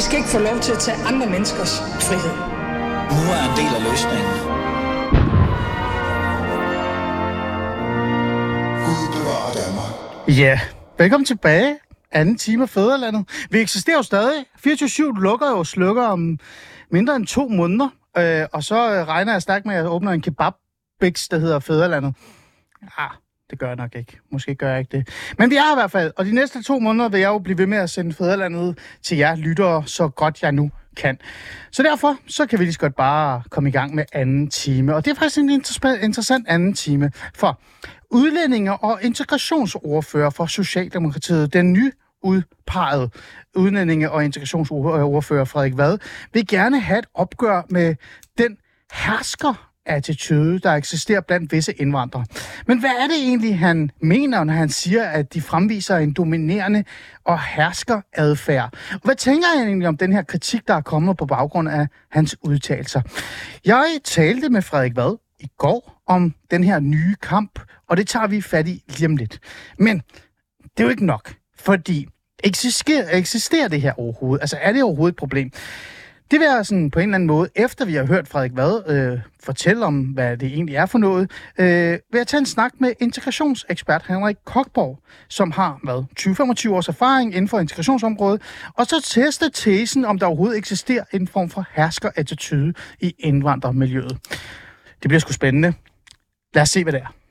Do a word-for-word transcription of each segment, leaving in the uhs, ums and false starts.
skal ikke få lov til at tage andre menneskers frihed. Nu er en del af løsningen. Gud bevarer Danmark. Ja, velkommen tilbage. Anden time af Fædrelandet. Vi eksisterer jo stadig. fireogtyve syv lukker jo og slukker om mindre end to måneder. Øh, og så regner jeg stærkt med, at jeg åbner en kebab-biks, der hedder Fædrelandet. Ah, det gør jeg nok ikke. Måske gør jeg ikke det. Men vi er i hvert fald. Og de næste to måneder vil jeg jo blive ved med at sende Fædrelandet til jer lyttere, så godt jeg nu kan. Så derfor, så kan vi lige så godt bare komme i gang med anden time. Og det er faktisk en inter- interessant anden time. For udlændinge og integrationsordfører for Socialdemokratiet, den nye udpegede udlændinge- og integrationsordfører Frederik Vad, vil gerne have et opgør med den hersker-attitude, der eksisterer blandt visse indvandrere. Men hvad er det egentlig, han mener, når han siger, at de fremviser en dominerende og hersker-adfærd? Og hvad tænker han egentlig om den her kritik, der er kommet på baggrund af hans udtalelser? Jeg talte med Frederik Vad i går om den her nye kamp, og det tager vi fat i lige om lidt. Men det er jo ikke nok, fordi eksisterer, eksisterer det her overhovedet? Altså er det overhovedet et problem? Det vil jeg sådan på en eller anden måde, efter vi har hørt Frederik Vad øh, fortælle om, hvad det egentlig er for noget, øh, vil jeg tage en snak med integrationsekspert Henrik Kokborg, som har hvad, tyve til femogtyve års erfaring inden for integrationsområdet, og så teste tesen, om der overhovedet eksisterer en form for hersker-attitude i indvandrermiljøet. Det bliver sgu spændende. Lad os se, hvad det er.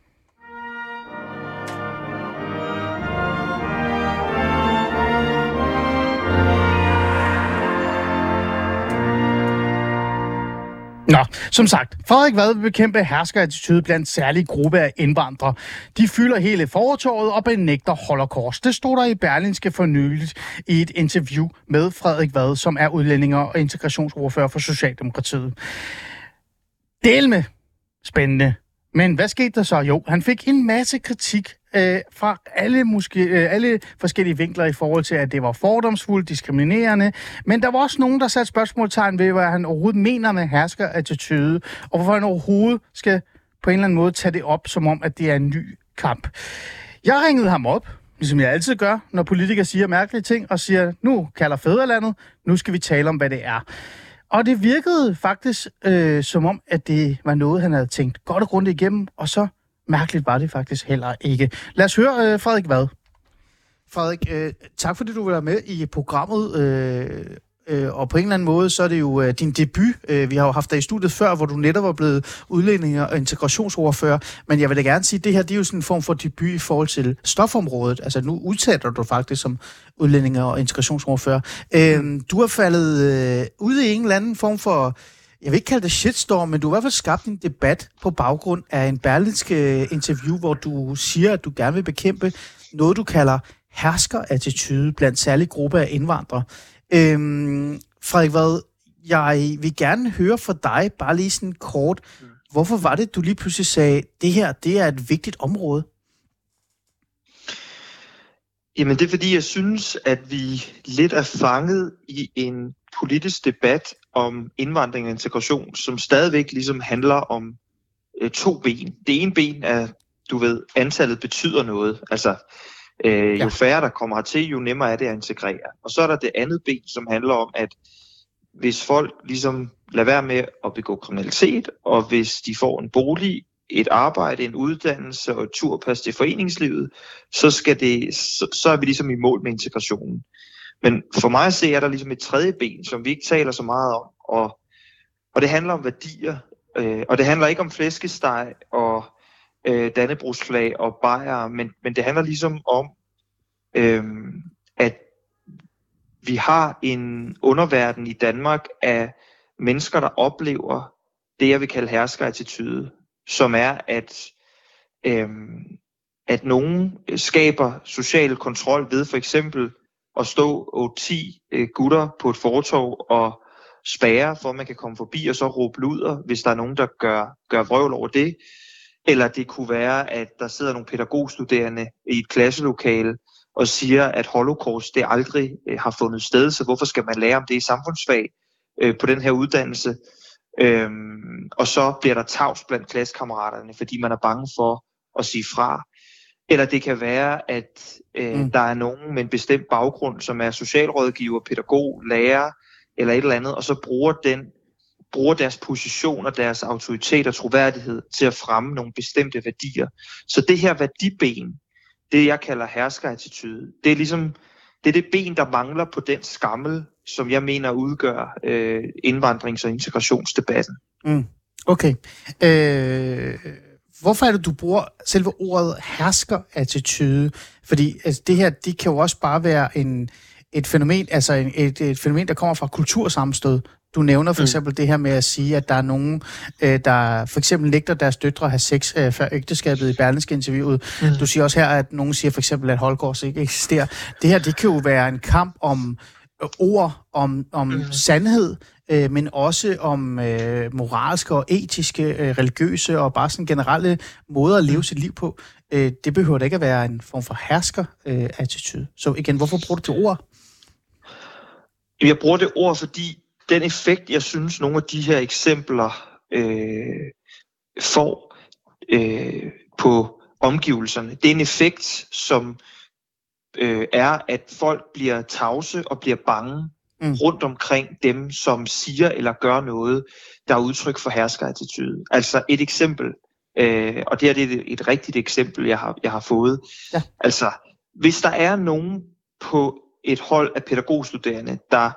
Nå, som sagt, Frederik Vad vil bekæmpe herskerattitude blandt særlige gruppe af indvandrere. De fylder hele fortorvet og benægter holocaust. Det stod der i Berlingske for nyligt i et interview med Frederik Vad, som er udlændinge- og integrationsordfører for Socialdemokratiet. Del med spændende. Men hvad skete der så? Jo, han fik en masse kritik øh, fra alle, måske, øh, alle forskellige vinkler i forhold til, at det var fordomsfuldt, diskriminerende. Men der var også nogen, der satte spørgsmålstegn ved, hvad han overhovedet mener med herskerattitude, og hvorfor han overhovedet skal på en eller anden måde tage det op, som om, at det er en ny kamp. Jeg ringede ham op, ligesom jeg altid gør, når politikere siger mærkelige ting, og siger, nu kalder Fædrelandet, nu skal vi tale om, hvad det er. Og det virkede faktisk øh, som om, at det var noget, han havde tænkt godt og grundigt igennem, og så mærkeligt var det faktisk heller ikke. Lad os høre øh, Frederik Vad. Frederik, øh, tak fordi du vil være med i programmet, øh, øh, og på en eller anden måde, så er det jo øh, din debut. Øh, vi har jo haft dig i studiet før, hvor du netop var blevet udlændinge- og integrationsordfører, men jeg vil da gerne sige, at det her det er jo sådan en form for debut i forhold til stofområdet. Altså nu udtaler du faktisk som udlændinge- og integrationsordfører. Øh, du har faldet øh, ud i en eller anden form for, jeg vil ikke kalde det shitstorm, men du har i hvert fald skabt en debat på baggrund af en Berlingske interview, hvor du siger, at du gerne vil bekæmpe noget, du kalder herskerattitude blandt særlige grupper af indvandrere. Øhm, Frederik Vad, jeg vil gerne høre fra dig, bare lige sådan kort, hvorfor var det, du lige pludselig sagde, det her, det er et vigtigt område? Jamen det er fordi, jeg synes, at vi lidt er fanget i en politisk debat om indvandring og integration, som stadigvæk ligesom handler om øh, to ben. Det ene ben er, du ved, antallet betyder noget. Altså, øh, jo færre der kommer hertil, jo nemmere er det at integrere. Og så er der det andet ben, som handler om, at hvis folk ligesom lader være med at begå kriminalitet, og hvis de får en bolig, et arbejde, en uddannelse og et turpas til foreningslivet, så, skal det, så, så er vi ligesom i mål med integrationen. Men for mig at se, er der ligesom et tredje ben, som vi ikke taler så meget om, og, og det handler om værdier, øh, og det handler ikke om flæskesteg og øh, dannebrogsflag og bajer, men, men det handler ligesom om, øh, at vi har en underverden i Danmark af mennesker, der oplever det, jeg vil kalde herskerattitude, som er, at, øhm, at nogen skaber social kontrol ved for eksempel at stå otte ti øh, gutter på et fortov og spærre, for at man kan komme forbi og så råbe luder, hvis der er nogen, der gør, gør vrøvl over det. Eller det kunne være, at der sidder nogle pædagogstuderende i et klasselokale og siger, at holocaust det aldrig øh, har fundet sted, så hvorfor skal man lære om det i samfundsfag øh, på den her uddannelse? Øhm, og så bliver der tavs blandt klassekammeraterne, fordi man er bange for at sige fra. Eller det kan være, at øh, mm. der er nogen med en bestemt baggrund, som er socialrådgiver, pædagog, lærer, eller et eller andet, og så bruger den bruger deres position og deres autoritet og troværdighed til at fremme nogle bestemte værdier. Så det her værdiben, det jeg kalder herskerattitude, det er ligesom det er det ben, der mangler på den skammel, som jeg mener udgør øh, indvandrings- og integrationsdebatten. Mm. Okay. Øh, hvorfor er det, du bruger selve ordet herskerattitude? Fordi altså, det her, det kan jo også bare være en, et fænomen, altså en, et, et fænomen, der kommer fra kultursammenstød. Du nævner for eksempel mm. det her med at sige, at der er nogen, øh, der for eksempel nægter deres døtre at have sex øh, før ægteskabet i Berlingske interviewet. Mm. Du siger også her, at nogen siger for eksempel, at Holocaust ikke eksisterer. Det her, det kan jo være en kamp om øh, ord, om, om mm. sandhed, øh, men også om øh, moralske og etiske, øh, religiøse og bare sådan generelle måder at leve mm. sit liv på. Øh, det behøver da ikke at være en form for hersker-attitude. Øh, Så igen, hvorfor bruger du det ord? Jeg bruger det ord, fordi den effekt, jeg synes, nogle af de her eksempler øh, får øh, på omgivelserne, det er en effekt, som øh, er, at folk bliver tavse og bliver bange mm. rundt omkring dem, som siger eller gør noget, der er udtryk for herskerattitude. Altså et eksempel, øh, og det her det er et, et rigtigt eksempel, jeg har, jeg har fået. Ja. Altså, hvis der er nogen på et hold af pædagogstuderende, der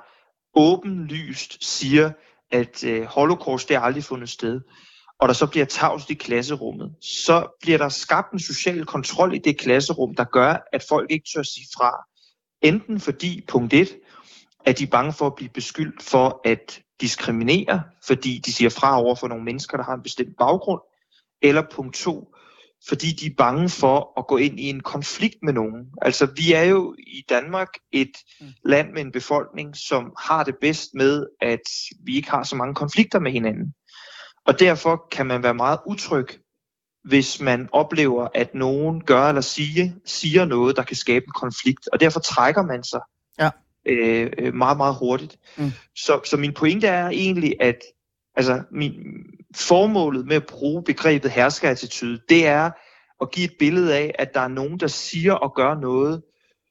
åbenlyst siger, at øh, holocaust det er aldrig fundet sted, og der så bliver tavst i klasserummet, så bliver der skabt en social kontrol i det klasserum, der gør, at folk ikke tør sige fra. Enten fordi, punkt et, at de er bange for at blive beskyldt for at diskriminere, fordi de siger fra over for nogle mennesker, der har en bestemt baggrund, eller punkt to, fordi de er bange for at gå ind i en konflikt med nogen. Altså, vi er jo i Danmark et land med en befolkning, som har det bedst med, at vi ikke har så mange konflikter med hinanden. Og derfor kan man være meget utryg, hvis man oplever, at nogen gør eller siger, siger noget, der kan skabe en konflikt. Og derfor trækker man sig ja. øh, meget, meget hurtigt. Mm. Så, så min pointe er egentlig, at altså, min, formålet med at bruge begrebet herskerattitude, det er at give et billede af, at der er nogen, der siger og gør noget,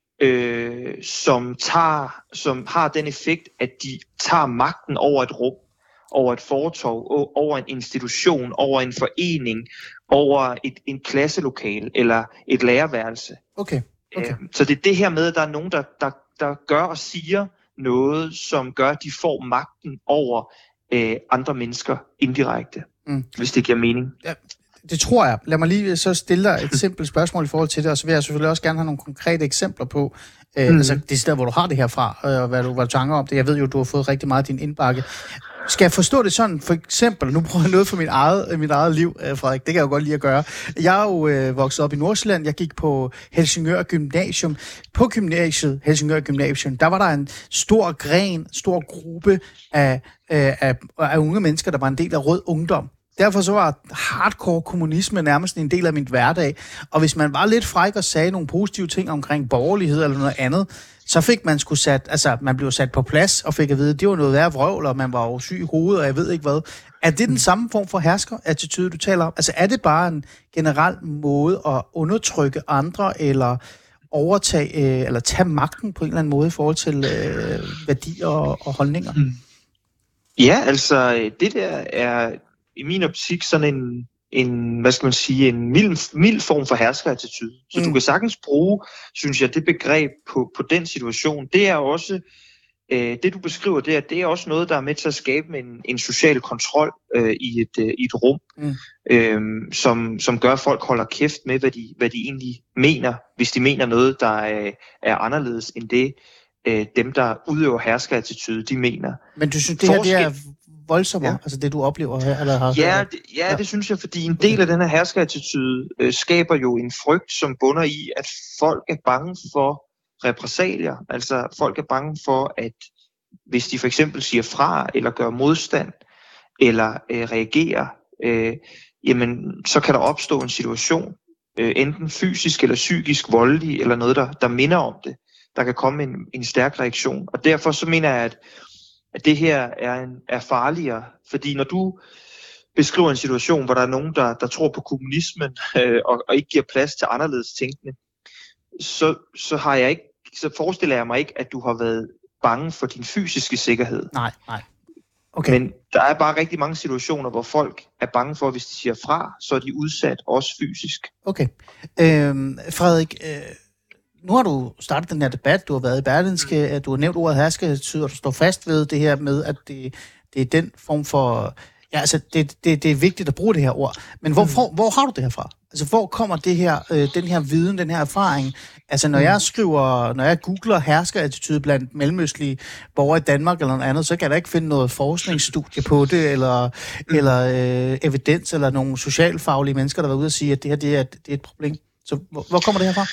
øh, som, tager, som har den effekt, at de tager magten over et rum, over et foretog, over en institution, over en forening, over et en klasselokale eller et lærerværelse. Okay. Okay. Øh, så det er det her med, at der er nogen, der, der, der gør og siger noget, som gør, at de får magten over øh, andre mennesker indirekte, mm. hvis det giver mening. Ja. Det tror jeg. Lad mig lige så stille dig et simpelt spørgsmål i forhold til det, og så vil jeg selvfølgelig også gerne have nogle konkrete eksempler på, øh, mm. altså det sted, hvor du har det her fra, og hvad du, hvad du tænker om det. Jeg ved jo, du har fået rigtig meget af din indbakke. Skal jeg forstå det sådan, for eksempel, nu prøver jeg noget for mit eget, mit eget liv, Frederik, det kan jeg jo godt lide at gøre. Jeg er jo øh, vokset op i Nordsjælland, jeg gik på Helsingør Gymnasium. På gymnasiet, Helsingør Gymnasium, der var der en stor gren, stor gruppe af, øh, af, af unge mennesker, der var en del af Rød Ungdom. Derfor så var hardcore kommunisme nærmest en del af min hverdag. Og hvis man var lidt fræk og sagde nogle positive ting omkring borgerlighed eller noget andet, så fik man sgu sat, altså man blev sat på plads og fik at vide, at det var noget værre vrøvl, og man var jo syg i hovedet, og jeg ved ikke hvad. Er det den samme form for herskerattitude, du taler om? Altså er det bare en generel måde at undertrykke andre, eller overtage, øh, eller tage magten på en eller anden måde i forhold til øh, værdier og, og holdninger? Mm. Ja, altså det der er i min optik sådan en, en hvad skal man sige, en mild, mild form for herskerattitude. Så mm. du kan sagtens bruge, synes jeg, det begreb på, på den situation. Det er også, øh, det du beskriver der, det er også noget, der er med til at skabe en, en social kontrol øh, i, et, øh, i et rum, mm. øh, som, som gør, at folk holder kæft med, hvad de, hvad de egentlig mener, hvis de mener noget, der er, er anderledes end det, øh, dem, der udøver herskerattitude, de mener. Men du synes, det her det er voldsommere, ja. Altså det du oplever her? Eller har ja, det, ja, ja, det synes jeg, fordi en del af den her herskerattitude øh, skaber jo en frygt, som bunder i, at folk er bange for repressalier. Altså folk er bange for, at hvis de for eksempel siger fra, eller gør modstand, eller øh, reagerer, øh, jamen så kan der opstå en situation, øh, enten fysisk eller psykisk voldelig, eller noget, der, der minder om det. Der kan komme en, en stærk reaktion. Og derfor så mener jeg, at at det her er, en, er farligere, fordi når du beskriver en situation, hvor der er nogen, der, der tror på kommunismen øh, og, og ikke giver plads til anderledes tænkende, så, så, har jeg ikke, så forestiller jeg mig ikke, at du har været bange for din fysiske sikkerhed. Nej, nej. Okay. Men der er bare rigtig mange situationer, hvor folk er bange for, at hvis de siger fra, så er de udsat også fysisk. Okay. Øhm, Frederik, øh, nu har du startet den her debat, du har været i Berlingske, du har nævnt ordet herskerattitude, og du står fast ved det her med, at det, det er den form for... Ja, altså, det, det, det er vigtigt at bruge det her ord. Men hvor, hvor, hvor har du det her fra? Altså, hvor kommer det her, øh, den her viden, den her erfaring? Altså, når jeg skriver, når jeg googler herskerattitude blandt mellemøstlige borgere i Danmark eller noget andet, så kan jeg da ikke finde noget forskningsstudie på det, eller, mm. eller øh, evidens, eller nogle socialfaglige mennesker, der var ude og sige, at det her det er, det er et problem. Så hvor, hvor kommer det her fra?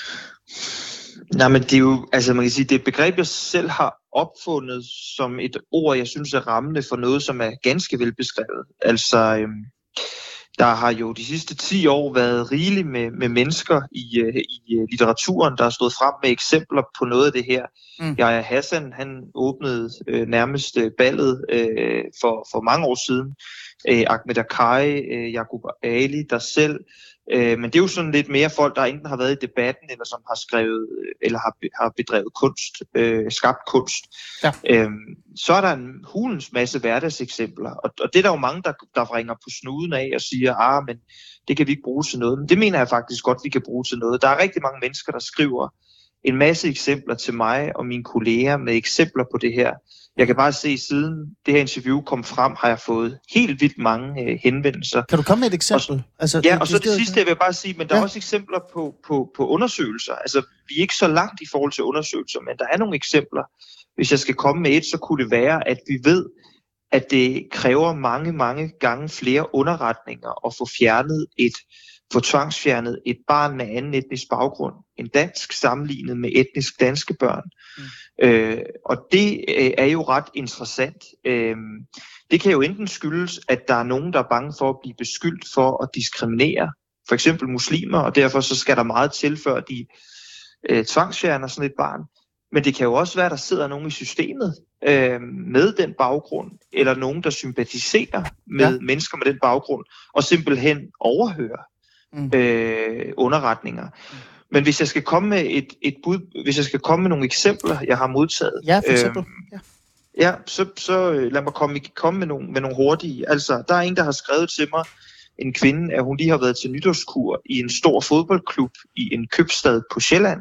Nej, men det er jo, altså man kan sige, det er et begreb, jeg selv har opfundet som et ord, jeg synes er rammende for noget, som er ganske velbeskrevet. Altså, øhm, der har jo de sidste ti år været rigeligt med, med mennesker i, øh, i litteraturen, der har stået frem med eksempler på noget af det her. Mm. Yahya Hassan, han åbnede øh, nærmest øh, ballet øh, for, for mange år siden. Øh, Ahmed Akkari, øh, Yaqub Ali, der selv. Øh, men det er jo sådan lidt mere folk, der enten har været i debatten, eller som har skrevet, eller har, har bedrevet kunst, øh, skabt kunst. Ja. Øh, så er der en hulens masse hverdagseksempler, og, og det er der jo mange, der, der ringer på snuden af og siger, ah, men det kan vi ikke bruge til noget. Men det mener jeg faktisk godt, vi kan bruge til noget. Der er rigtig mange mennesker, der skriver en masse eksempler til mig og mine kolleger med eksempler på det her. Jeg kan bare se, siden det her interview kom frem, har jeg fået helt vildt mange øh, henvendelser. Kan du komme med et eksempel? Og, altså, ja, det, og så det, det sidste, jeg vil bare sige, men der ja. er også eksempler på, på, på undersøgelser. Altså, vi er ikke så langt i forhold til undersøgelser, men der er nogle eksempler. Hvis jeg skal komme med et, så kunne det være, at vi ved, at det kræver mange, mange gange flere underretninger at få fjernet et få tvangsfjernet et barn med anden etnisk baggrund end dansk, sammenlignet med etnisk danske børn. Mm. Øh, og det øh, er jo ret interessant. Øh, det kan jo enten skyldes, at der er nogen, der er bange for at blive beskyldt for at diskriminere, for eksempel muslimer, og derfor så skal der meget til, før de øh, tvangsfjerner sådan et barn. Men det kan jo også være, at der sidder nogen i systemet øh, med den baggrund, eller nogen, der sympatiserer med ja. mennesker med den baggrund, og simpelthen overhører Mm. Øh, underretninger. Mm. Men hvis jeg skal komme med et, et bud, hvis jeg skal komme med nogle eksempler, jeg har modtaget, ja, for eksempel. Øh, ja. ja, så, så lad mig komme, komme med, nogle, med nogle hurtige. Altså, der er en, der har skrevet til mig, en kvinde, at hun lige har været til nytårskur i en stor fodboldklub i en købstad på Sjælland.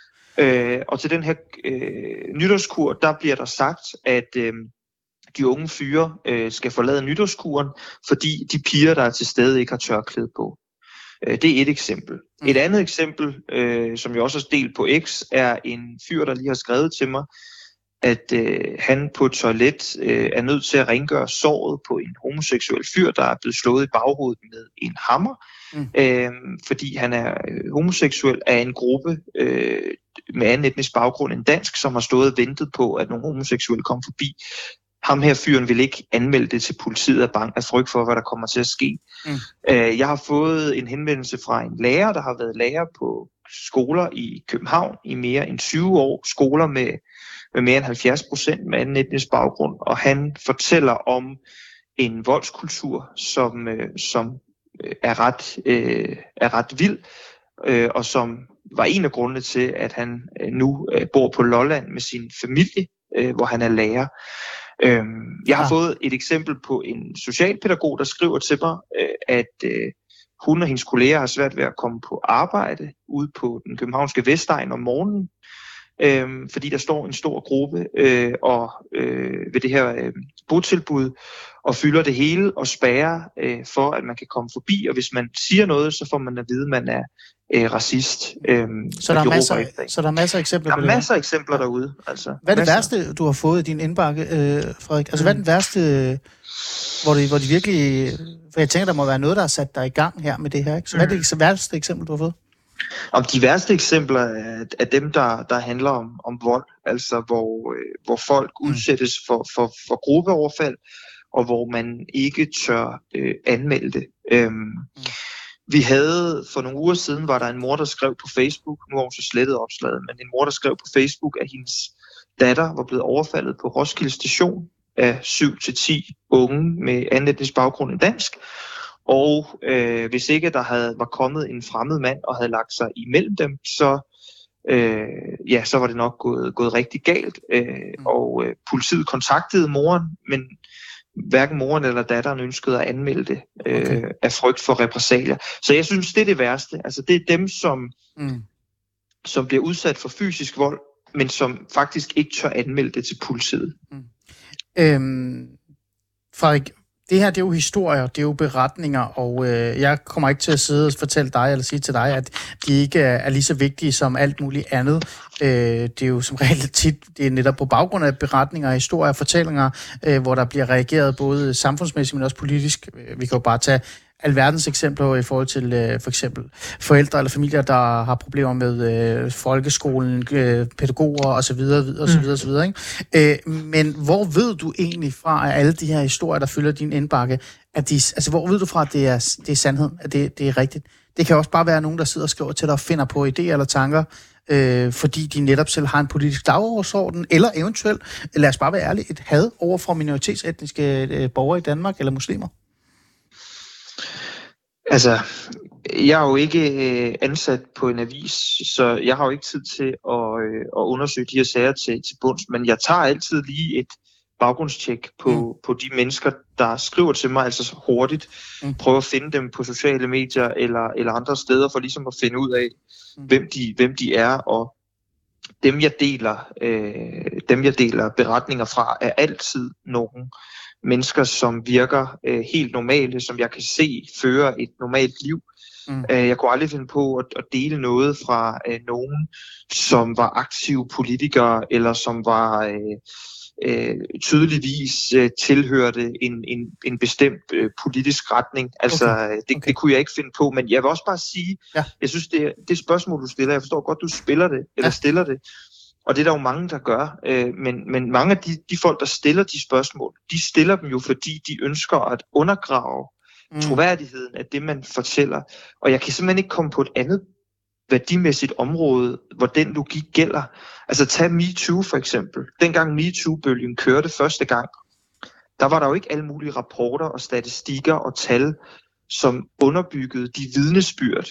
Øh, og til den her øh, nytårskur, der bliver der sagt, at øh, de unge fyre øh, skal forlade nytårskuren, fordi de piger, der er til stede, ikke har tørklæde på. Det er et eksempel. Et andet eksempel, øh, som jeg også har delt på X, er en fyr, der lige har skrevet til mig, at øh, han på et toilet øh, er nødt til at rengøre såret på en homoseksuel fyr, der er blevet slået i baghovedet med en hammer, mm. øh, fordi han er øh, homoseksuel af en gruppe øh, med anden etnisk baggrund end dansk, som har stået og ventet på, at nogle homoseksuelle kom forbi. Ham her fyren vil ikke anmelde det til politiet af bange af frygt for, hvad der kommer til at ske. Mm. Jeg har fået en henvendelse fra en lærer, der har været lærer på skoler i København i mere end tyve år. Skoler med, med mere end halvfjerds procent med anden etnisk baggrund. Og han fortæller om en voldskultur, som, som er, ret, er ret vild, og som var en af grundene til, at han nu bor på Lolland med sin familie, hvor han er lærer. Jeg har ja. fået et eksempel på en socialpædagog, der skriver til mig, at hun og hendes kolleger har svært ved at komme på arbejde ude på den københavnske Vestegn om morgenen, fordi der står en stor gruppe og ved det her botilbud og fylder det hele og spærrer for, at man kan komme forbi, og hvis man siger noget, så får man at vide, at man er øh, racist. Øh, så, der er masser, så der er masser af eksempler på det? Der er masser af eksempler derude. Altså, hvad er det masser. værste, du har fået i din indbakke, øh, Frederik? Altså, mm. hvad er den værste, hvor det, hvor det virkelig... For jeg tænker, der må være noget, der har sat dig i gang her med det her, ikke? Så mm. hvad er det værste eksempel, du har fået? Om de værste eksempler er, er dem, der, der handler om, om vold, altså hvor, øh, hvor folk mm. udsættes for, for, for gruppeoverfald, og hvor man ikke tør øh, anmelde det. Øhm, mm. Vi havde for nogle uger siden, var der en mor, der skrev på Facebook, nu har hun så slettet opslaget, men en mor, der skrev på Facebook, at hendes datter var blevet overfaldet på Roskilde Station af syv til ti unge med anden etnisk baggrund end dansk. Og øh, hvis ikke der havde, var kommet en fremmed mand og havde lagt sig imellem dem, så øh, ja, så var det nok gået, gået rigtig galt. Øh, mm. Og øh, politiet kontaktede moren, men hverken moren eller datteren ønskede at anmelde det øh, okay. af frygt for repressalier. Så jeg synes, det er det værste. Altså, det er dem, som, mm. som bliver udsat for fysisk vold, men som faktisk ikke tør anmelde det til politiet. Mm. Øhm, Frederik, det her, det er jo historier, det er jo beretninger, og øh, jeg kommer ikke til at sidde og fortælle dig, eller sige til dig, at de ikke er, er lige så vigtige som alt muligt andet. Øh, det er jo som regel tit, det er netop på baggrund af beretninger, historier og fortællinger, øh, hvor der bliver reageret både samfundsmæssigt, men også politisk. Vi kan jo bare tage alverdens eksempler i forhold til øh, for eksempel forældre eller familier, der har problemer med øh, folkeskolen, øh, pædagoger osv. osv. osv. Øh, men hvor ved du egentlig fra, at alle de her historier, der fylder din indbakke, at de, altså hvor ved du fra, at det er, det er sandhed, at det, det er rigtigt? Det kan også bare være nogen, der sidder og skriver til dig og finder på idéer eller tanker, øh, fordi de netop selv har en politisk dagsorden, eller eventuelt, lad os bare være ærlige, et had over for minoritetsetniske øh, borgere i Danmark eller muslimer. Altså, jeg er jo ikke øh, ansat på en avis, så jeg har jo ikke tid til at, øh, at undersøge de her sager til, til bunds, men jeg tager altid lige et baggrundstjek på, mm. på de mennesker, der skriver til mig, altså hurtigt, mm. prøver at finde dem på sociale medier eller, eller andre steder, for ligesom at finde ud af, mm. hvem, de, hvem de er, og dem jeg deler, øh, dem jeg deler beretninger fra, er altid nogen mennesker, som virker øh, helt normale, som jeg kan se fører et normalt liv. Mm. Øh, jeg kunne aldrig finde på at, at dele noget fra øh, nogen, som var aktive politikere, eller som var øh, øh, tydeligvis øh, tilhørte en, en, en bestemt øh, politisk retning. Altså, okay. Det, okay. det kunne jeg ikke finde på, men jeg vil også bare sige, ja. jeg synes, det, det spørgsmål, du stiller, jeg forstår godt, du spiller det, eller ja. stiller det, og det er der jo mange, der gør. Øh, men, men mange af de, de folk, der stiller de spørgsmål, de stiller dem jo, fordi de ønsker at undergrave mm. troværdigheden af det, man fortæller. Og jeg kan simpelthen ikke komme på et andet værdimæssigt område, hvor den logik gælder. Altså tag MeToo for eksempel. Dengang MeToo-bølgen kørte første gang, der var der jo ikke alle mulige rapporter og statistikker og tal, som underbyggede de vidnesbyrd,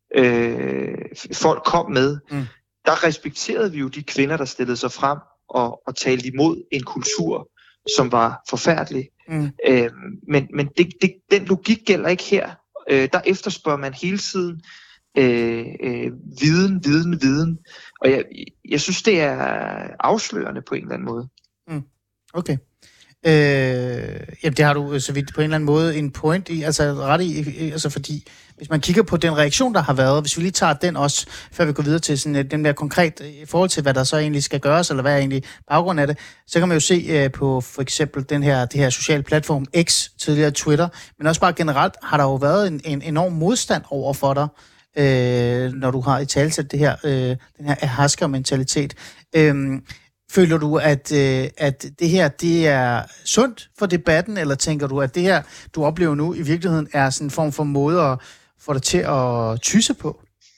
øh, folk kom med. Mm. Der respekterede vi jo de kvinder, der stillede sig frem og, og talte imod en kultur, som var forfærdelig. Mm. Øh, men men det, det, den logik gælder ikke her. Øh, der efterspørger man hele tiden øh, øh, viden, viden, viden. Og jeg, jeg synes, det er afslørende på en eller anden måde. Mm. Okay. Øh, jamen det har du så vidt på en eller anden måde en point i, altså ret i, altså fordi hvis man kigger på den reaktion, der har været, hvis vi lige tager den også, før vi går videre til sådan den der konkret i forhold til, hvad der så egentlig skal gøres, eller hvad er egentlig baggrund af det, så kan man jo se uh, på for eksempel den her, det her sociale platform X, tidligere Twitter, men også bare generelt har der jo været en, en enorm modstand over for dig, øh, når du har i talsæt det her, øh, den her herskermentalitet. Øh, Føler du, at, øh, at det her det er sundt for debatten, eller tænker du, at det her, du oplever nu, i virkeligheden er sådan en form for måde at få dig til at tysse på?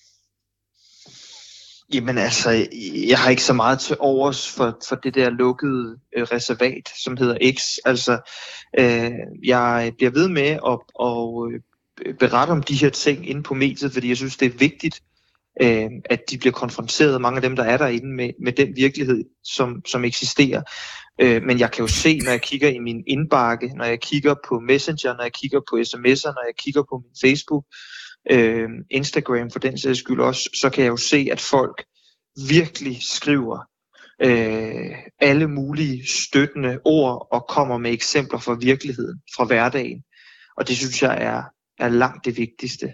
Jamen altså, jeg har ikke så meget til overs for, for det der lukkede øh, reservat, som hedder X. Altså, øh, jeg bliver ved med at, at berette om de her ting inde på mediet, fordi jeg synes, det er vigtigt, Øh, at de bliver konfronteret, mange af dem, der er derinde, med, med den virkelighed, som, som eksisterer. Øh, men jeg kan jo se, når jeg kigger i min indbakke, når jeg kigger på Messenger, når jeg kigger på sms'er, når jeg kigger på min Facebook, øh, Instagram for den sags skyld også, så kan jeg jo se, at folk virkelig skriver øh, alle mulige støttende ord og kommer med eksempler fra virkeligheden, fra hverdagen. Og det synes jeg er, er langt det vigtigste.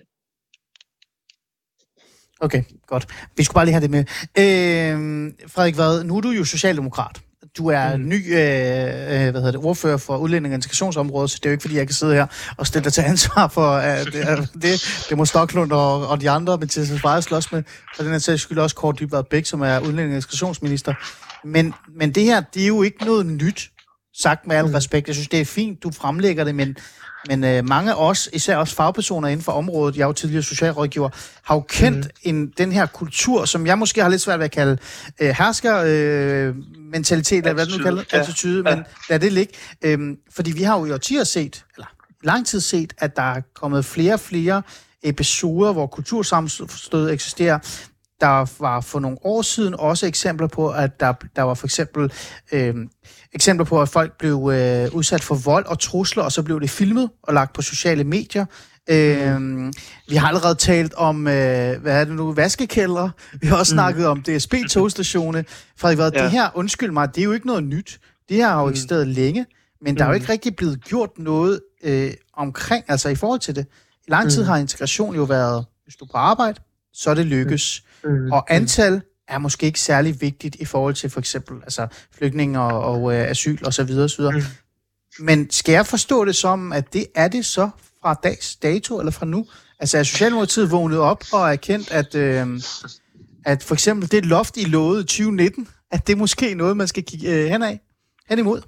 Okay, godt. Vi skulle bare lige have det med. Øh, Frederik Vad, nu er du jo socialdemokrat. Du er mm. ny øh, hvad hedder det, ordfører for udlænding- og integrationsområdet, så det er jo ikke, fordi jeg kan sidde her og stille dig til ansvar for at, at det. Det må Stoklund og, og de andre, men til at bare slås med, for den her sags skyld også Kaare Dybvad Bek, som er udlænding- og integrationsminister. Men, men det her, det er jo ikke noget nyt, sagt med al mm. respekt. Jeg synes, det er fint, du fremlægger det, men Men øh, mange af os, især også fagpersoner inden for området, jeg er jo tidligere socialrådgiver, har jo kendt mm. en, den her kultur, som jeg måske har lidt svært ved at kalde øh, herskermentalitet, øh, eller hvad det nu kalder, ja. attitude, ja. Men lad det ligge. Øhm, fordi vi har jo i årtier set, eller lang tid set, at der er kommet flere og flere episoder, hvor kultursammenstød eksisterer. der var for nogle år siden også eksempler på, at der, der var for eksempel øh, eksempler på, at folk blev øh, udsat for vold og trusler, og så blev det filmet og lagt på sociale medier. Øh, vi har allerede talt om, øh, hvad er det nu, vaskekælder. Vi har også mm. snakket om D S B-togstationer. Frederik Vad, ja. Det her, undskyld mig, det er jo ikke noget nyt. Det her har jo eksisteret mm. længe, men der er jo ikke rigtig blevet gjort noget øh, omkring, altså i forhold til det. I lang tid mm. har integration jo været, hvis du er på arbejde, så er det lykkes. Mm. Og antal er måske ikke særlig vigtigt i forhold til for eksempel altså, flygtninge og, og øh, asyl og så videre, så videre. Mm. Men skal jeg forstå det som, at det er det så fra dags dato eller fra nu? Altså er Socialdemokratiet vågnet op og erkendt, at, øh, at for eksempel det loft i lovede tyve nitten, at det måske er noget, man skal kigge øh, hen af, hen imod?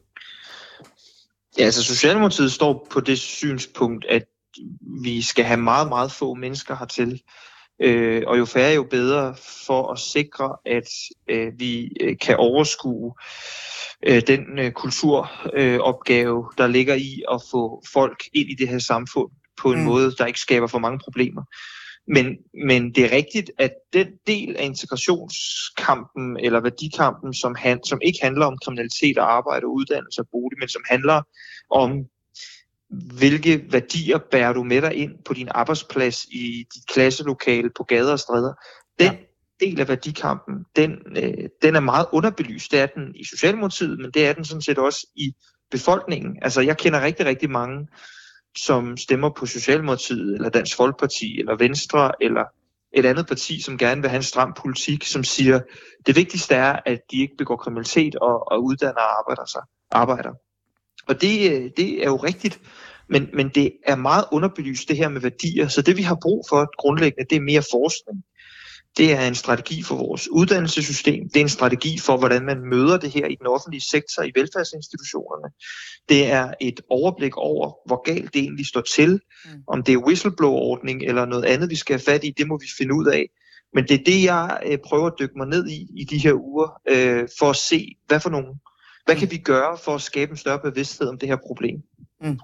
Ja, altså Socialdemokratiet står på det synspunkt, at vi skal have meget, meget få mennesker hertil. Øh, og jo færre, jo bedre for at sikre, at øh, vi øh, kan overskue øh, den øh, kulturopgave, øh, der ligger i at få folk ind i det her samfund på en mm. måde, der ikke skaber for mange problemer. Men, men det er rigtigt, at den del af integrationskampen eller værdikampen, som, han, som ikke handler om kriminalitet og arbejde og uddannelse og bolig, men som handler om hvilke værdier bærer du med dig ind på din arbejdsplads, i dit klasselokale, på gader og stræder. Den ja. del af værdikampen, den, øh, den er meget underbelyst. Det er den i Socialdemokratiet, men det er den sådan set også i befolkningen. Altså jeg kender rigtig, rigtig mange, som stemmer på Socialdemokratiet, eller Dansk Folkeparti, eller Venstre, eller et andet parti, som gerne vil have en stram politik, som siger, det vigtigste er, at de ikke begår kriminalitet og, og uddanner og arbejder sig. Arbejder. Og det, det er jo rigtigt, men, men det er meget underbelyst det her med værdier, så det vi har brug for grundlæggende, det er mere forskning. Det er en strategi for vores uddannelsessystem, det er en strategi for, hvordan man møder det her i den offentlige sektor, i velfærdsinstitutionerne. Det er et overblik over, hvor galt det egentlig står til, mm. om det er whistleblower-ordning eller noget andet, vi skal have fat i, det må vi finde ud af. Men det er det, jeg øh, prøver at dykke mig ned i i de her uger, øh, for at se, hvad for nogle Hvad kan vi gøre for at skabe en større bevidsthed om det her problem? Mm.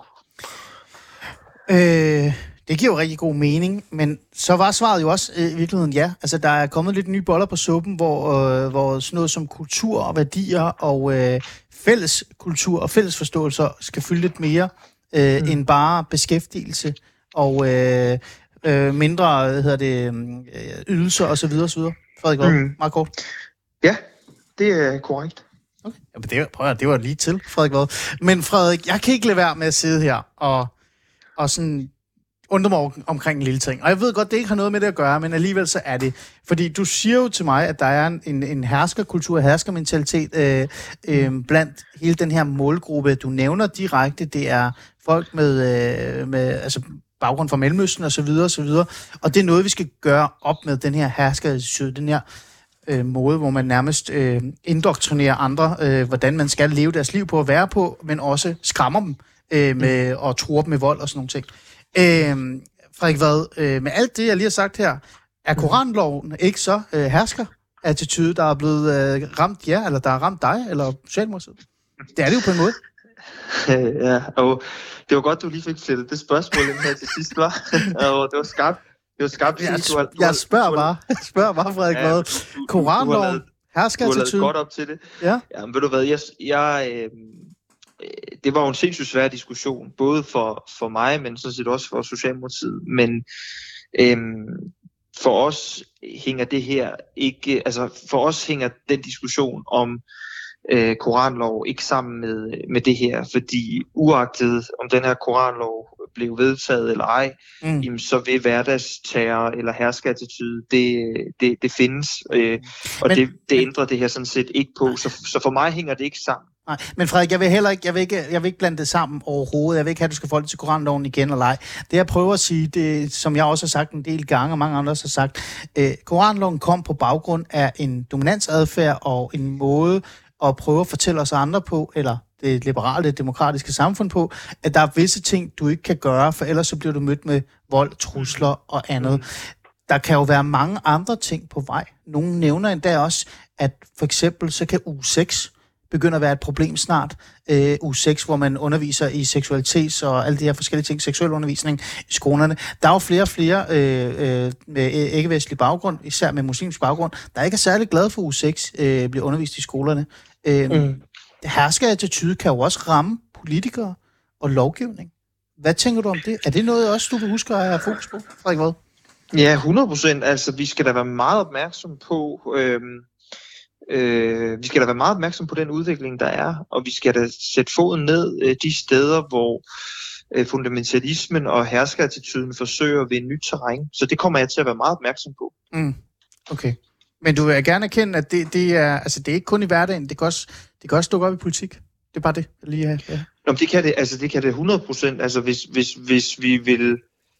Øh, det giver jo rigtig god mening, men så var svaret jo også øh, i virkeligheden ja. Altså, der er kommet lidt nye boller på suppen, hvor, øh, hvor sådan noget som kultur og værdier og øh, fælles kultur og fælles forståelser skal fylde lidt mere øh, mm. end bare beskæftigelse og øh, øh, mindre hvad hedder det, øh, ydelser osv. osv. Frederik Vad, mm. meget kort. Ja, det er korrekt. Okay. Ja, men det, prøv at, det var lige til, Frederik Vad. Men Frederik, jeg kan ikke lade være med at sidde her og, og sådan undre mig omkring en lille ting. Og jeg ved godt, det ikke har noget med det at gøre, men alligevel så er det. Fordi du siger jo til mig, at der er en, en herskerkultur, herskermentalitet øh, øh, blandt hele den her målgruppe. Du nævner direkte, det er folk med, øh, med altså baggrund fra Mellemøsten og så videre og så videre. Og det er noget, vi skal gøre op med, den her herskerattitude, den her Øh, måde, hvor man nærmest øh, indoktrinerer andre, øh, hvordan man skal leve deres liv på at være på, men også skræmmer dem øh, med, og truer dem med vold og sådan nogle ting. Øh, Frederik Vad, øh, med alt det, jeg lige har sagt her, er koranloven ikke så øh, hersker-attitude, der er blevet øh, ramt jer, eller der har ramt dig, eller Socialdemokratiet? Det er det jo på en måde. Ja, og det var godt, du lige fik stillet det spørgsmål ind her til sidst, var. Og det var skarpt. Det var skarpt. Jeg, du har, du jeg spørger bare, jeg spørger bare, Frederik Vad. Ja, koranloven, herskerattitude. Du har lavet godt op til det. Ja. Ja, men ved du hvad, jeg, jeg, øh, det var jo en sindssygt svær diskussion, både for, for mig, men sådan set også for Socialdemokratiet. Men øh, for os hænger det her ikke, altså for os hænger den diskussion om øh, koranlov ikke sammen med, med det her, fordi uagtet om den her koranlov blev vedtaget eller ej, mm. jamen, så vil hverdagsterror eller herskerattitude, det, det, det findes, øh, og men, det, det ændrer det her sådan set ikke på, så, så for mig hænger det ikke sammen. Nej, men Frederik, jeg vil heller ikke, jeg vil ikke, jeg vil ikke blande det sammen overhovedet. Jeg vil ikke have, at du skal forholde til koranloven igen eller ej. Det jeg prøver at sige, det, som jeg også har sagt en del gange, og mange andre også har sagt, øh, koranloven kom på baggrund af en dominansadfærd og en måde at prøve at fortælle os andre på, eller det liberale, demokratiske samfund på, at der er visse ting, du ikke kan gøre, for ellers så bliver du mødt med vold, trusler og andet. Mm. Der kan jo være mange andre ting på vej. Nogle nævner endda også, at for eksempel så kan uge seks begynder at være et problem snart. Øh, uge seks, hvor man underviser i seksualitets og alle de her forskellige ting, seksuel undervisning i skolerne. Der er jo flere og flere øh, øh, med ikke-vestlig baggrund, især med muslimsk baggrund, der ikke er særlig glade for uge seks, øh, bliver undervist i skolerne. Øh, mm. Herskerattitude kan jo også ramme politikere og lovgivning. Hvad tænker du om det? Er det noget også, du vil huske at have fokus på, Frederik Vad? Ja, hundrede procent. Altså, vi skal da være meget opmærksom på, øh, øh, vi skal da være meget opmærksom på den udvikling, der er, og vi skal da sætte foden ned øh, de steder, hvor øh, fundamentalismen og herskerattituden forsøger at vinde nyt terræn. Så det kommer jeg til at være meget opmærksom på. Mm. Okay. Men du vil gerne erkende, at det, det, er, altså, det er ikke kun i hverdagen, det kan også, det kan også dukke op i politik. Det er bare det, jeg lige har. Ja. Nå, det kan det, altså det kan det hundrede procent. Altså hvis, hvis, hvis vi vil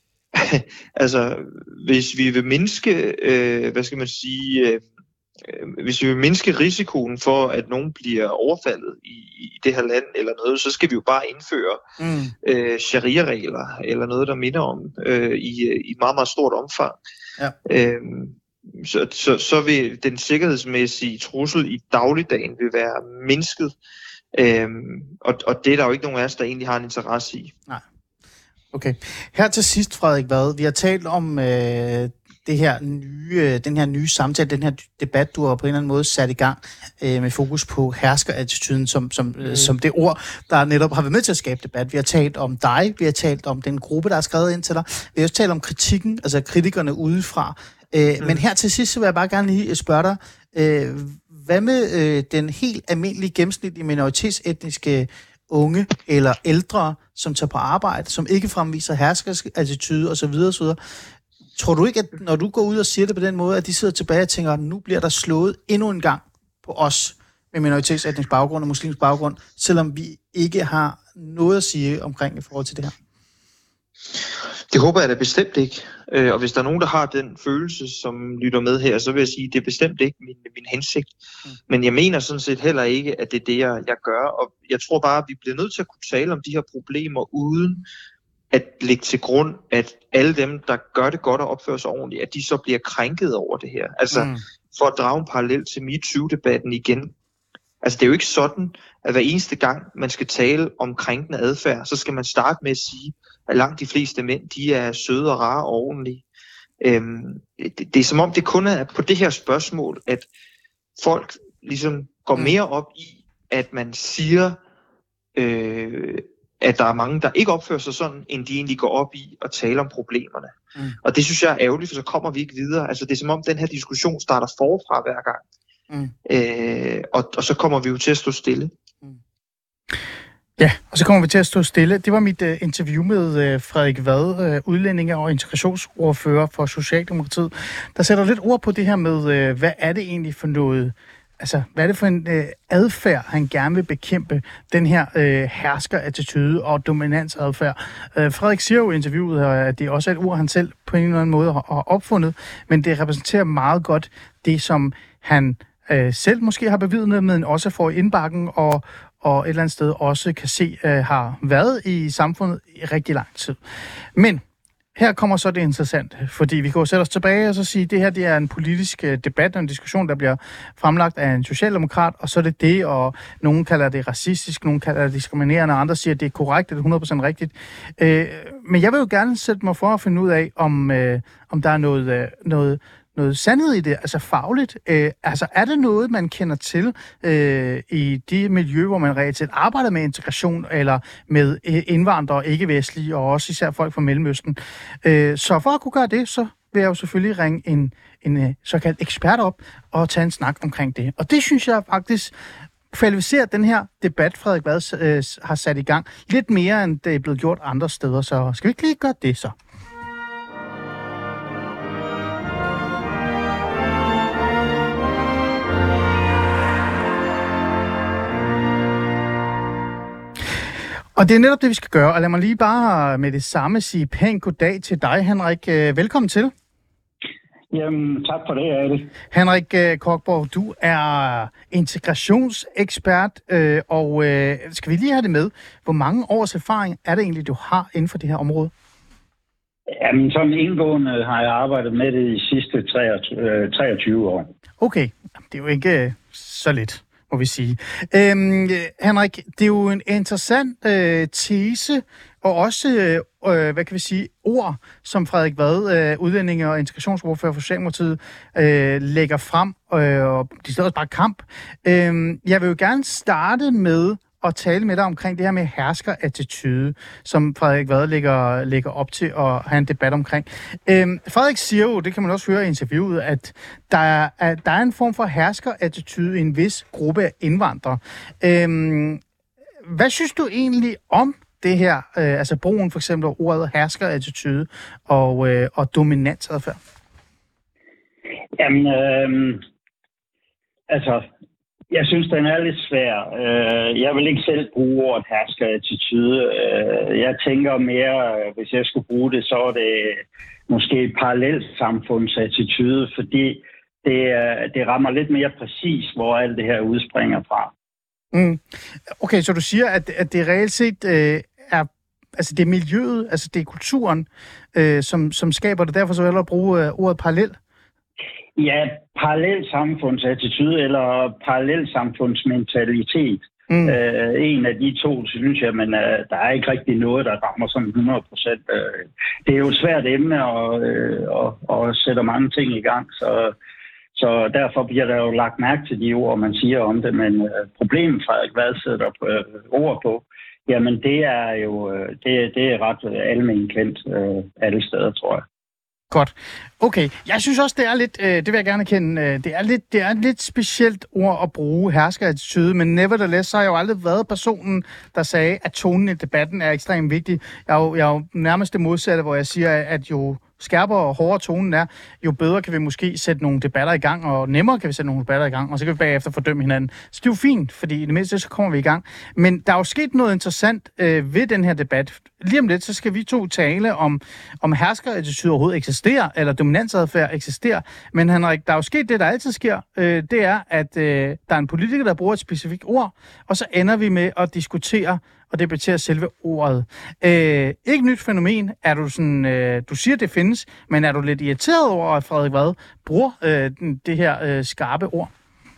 altså hvis vi vil mindske øh, hvad skal man sige øh, hvis vi vil mindske risikoen for at nogen bliver overfaldet i, i det her land eller noget, så skal vi jo bare indføre mm. øh, sharia-regler eller noget der minder om øh, i, i meget meget stort omfang. Ja. Øh, så, så, så vil den sikkerhedsmæssige trussel i dagligdagen vil være mindsket. Øhm, og, og det er der jo ikke nogen af os, der egentlig har en interesse i. Nej. Okay. Her til sidst, Frederik Vad, vi har talt om øh, det her nye, den her nye samtale, den her debat, du har på en eller anden måde sat i gang øh, med fokus på herskerattituden som, som, mm. øh, som det ord, der netop har været med til at skabe debat. Vi har talt om dig, vi har talt om den gruppe, der er skrevet ind til dig, vi har også talt om kritikken, altså kritikerne udefra. Øh, mm. Men her til sidst, så vil jeg bare gerne lige spørge dig, øh, hvad med øh, den helt almindelige gennemsnitlige minoritetsetniske unge eller ældre, som tager på arbejde, som ikke fremviser herskerattitude osv. osv. Tror du ikke, at når du går ud og siger det på den måde, at de sidder tilbage og tænker, at nu bliver der slået endnu en gang på os med minoritetsetnisk baggrund og muslimsk baggrund, selvom vi ikke har noget at sige omkring i forhold til det her? Det håber jeg da bestemt ikke. Og hvis der er nogen, der har den følelse, som lytter med her, så vil jeg sige, at det er bestemt ikke min, min hensigt. Mm. Men jeg mener sådan set heller ikke, at det er det, jeg, jeg gør. Og jeg tror bare, at vi bliver nødt til at kunne tale om de her problemer, uden at lægge til grund, at alle dem, der gør det godt og opfører sig ordentligt, at de så bliver krænket over det her. Altså mm. for at drage en parallel til MeToo-debatten igen. Altså det er jo ikke sådan, at hver eneste gang, man skal tale om krænkende adfærd, så skal man starte med at sige, at langt de fleste mænd, de er søde og rare og ordentlige. Øhm, det, det er som om, det kun er på det her spørgsmål, at folk ligesom går mere op i, at man siger, øh, at der er mange, der ikke opfører sig sådan, end de egentlig går op i at tale om problemerne. Mm. Og det synes jeg er ærgerligt, for så kommer vi ikke videre. Altså det er som om, den her diskussion starter forfra hver gang. Mm. Øh, og, og så kommer vi jo til at stå stille. Mm. Ja, og så kommer vi til at stå stille. Det var mit uh, interview med uh, Frederik Vad, uh, udlændinge- og integrationsordfører for Socialdemokratiet, der sætter lidt ord på det her med, uh, hvad er det egentlig for noget, altså hvad er det for en uh, adfærd, han gerne vil bekæmpe, den her uh, herskerattitude og dominansadfærd. Uh, Frederik siger jo i interviewet, at det også er et ord, han selv på en eller anden måde har, har opfundet, men det repræsenterer meget godt det, som han uh, selv måske har bevidnet, men også får i indbakken og og et eller andet sted også kan se, uh, har været i samfundet i rigtig lang tid. Men her kommer så det interessante, fordi vi kan jo sætte os tilbage og så sige, at det her det er en politisk uh, debat og en diskussion, der bliver fremlagt af en socialdemokrat, og så er det det, og nogen kalder det racistisk, nogen kalder det diskriminerende, og andre siger, at det er korrekt, at det er hundrede procent rigtigt. Uh, men jeg vil jo gerne sætte mig for at finde ud af, om, uh, om der er noget, uh, noget noget sandhed i det, altså fagligt. Øh, altså er det noget, man kender til øh, i de miljøer, hvor man reelt set arbejder med integration, eller med øh, indvandrere, ikke-vestlige, og også især folk fra Mellemøsten. Øh, så for at kunne gøre det, så vil jeg jo selvfølgelig ringe en, en øh, såkaldt ekspert op og tage en snak omkring det. Og det synes jeg faktisk kvalificerer den her debat, Frederik Vad øh, har sat i gang, lidt mere, end det er blevet gjort andre steder. Så skal vi ikke lige gøre det så? Og det er netop det, vi skal gøre, og lad mig lige bare med det samme sige pænt goddag til dig, Henrik. Velkommen til. Jamen, tak for det, Ade. Henrik Kokborg, du er integrationsekspert, og skal vi lige have det med? Hvor mange års erfaring er det egentlig, du har inden for det her område? Jamen, sådan indgående har jeg arbejdet med det de sidste treogtyve år. Okay, det er jo ikke så lidt. må vi sige. Øhm, Henrik, det er jo en interessant øh, tese, og også, øh, hvad kan vi sige, ord, som Frederik Vad, øh, udlændinge- og integrationsordfører for Socialdemokratiet, øh, lægger frem, øh, og de står også bare kamp. Øh, jeg vil jo gerne starte med at tale med dig omkring det her med herskerattitude, som Frederik Vad lægger, lægger op til at have en debat omkring. Øhm, Frederik siger jo, det kan man også høre i interviewet, at der er, at der er en form for herskerattitude i en vis gruppe af indvandrere. Øhm, hvad synes du egentlig om det her, øh, altså brugen for eksempel ordet herskerattitude og, øh, og dominansadfærd? Jamen, øh, altså... Jeg synes, den er lidt svær. Jeg vil ikke selv bruge ordet herskerattitude. Jeg tænker mere, hvis jeg skulle bruge det, så er det måske parallelsamfundsattitude, fordi det, det rammer lidt mere præcis, hvor alt det her udspringer fra. Mm. Okay, så du siger, at, at det reelt set øh, er, altså det er miljøet, altså det er kulturen, øh, som, som skaber det. Derfor så vil jeg bruge øh, ordet parallel. Ja, parallelsamfundsattitude eller parallelsamfundsmentalitet. Mm. Øh, en af de to, synes jeg, men øh, der er ikke rigtig noget, der rammer sådan hundrede procent. Øh, det er jo et svært emne, og, øh, og, og sætter mange ting i gang, så, så derfor bliver der jo lagt mærke til de ord, man siger om det. Men øh, problemet, Frederik Vad sætter øh, ord på, jamen det er jo øh, det, det er ret almen kendt øh, alle steder, tror jeg. Godt. Okay. Jeg synes også, det er lidt, øh, det vil jeg gerne kende, øh, det er lidt, det er et lidt specielt ord at bruge, herskerattitude, men nevertheless, så har jeg jo aldrig været personen, der sagde, at tonen i debatten er ekstremt vigtig. Jeg er jo, jeg er jo nærmest det modsatte, hvor jeg siger, at jo skærpere og hårdere tonen er, jo bedre kan vi måske sætte nogle debatter i gang, og nemmere kan vi sætte nogle debatter i gang, og så kan vi bagefter fordømme hinanden. Så det er jo fint, fordi i det mindste så kommer vi i gang. Men der er jo sket noget interessant øh, ved den her debat. Lige om lidt, så skal vi to tale om, om herskerattitude overhovedet eksisterer, eller dominansadfærd eksisterer. Men Henrik, der er jo sket det, der altid sker. Øh, det er, at øh, der er en politiker, der bruger et specifikt ord, og så ender vi med at diskutere og debattere selve ordet. Øh, ikke nyt fænomen. Er du sådan, øh, du siger, det findes, men er du lidt irriteret over, at Frederik Vad bruger øh, det her øh, skarpe ord?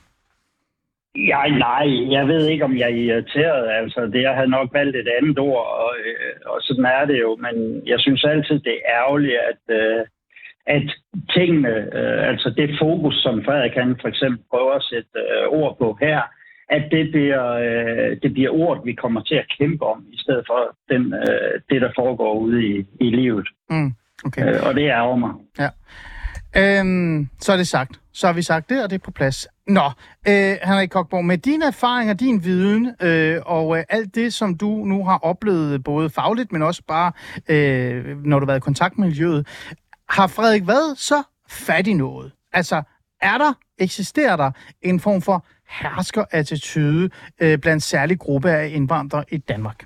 Ja, nej, jeg ved ikke, om jeg er irriteret. Altså, det, jeg havde nok valgt et andet ord, og, øh, og sådan er det jo. Men jeg synes altid, det er ærgerligt, at, øh, at tingene, øh, altså det fokus, som Frederik kan for eksempel prøve at sætte øh, ord på her, at det bliver, øh, det bliver ord, vi kommer til at kæmpe om, i stedet for den, øh, det, der foregår ude i, i livet. Mm, okay. øh, og det ærger mig. Ja. Øhm, så er det sagt. Så har vi sagt det, og det er på plads. Nå, øh, Henrik Kokborg, med dine erfaringer, din viden øh, og øh, alt det, som du nu har oplevet, både fagligt, men også bare, øh, når du har været i kontakt med miljøet, har Frederik Vad så fat i noget? Altså, er der, eksisterer der en form for herskerattitude øh, blandt særlig gruppe af indvandrere i Danmark?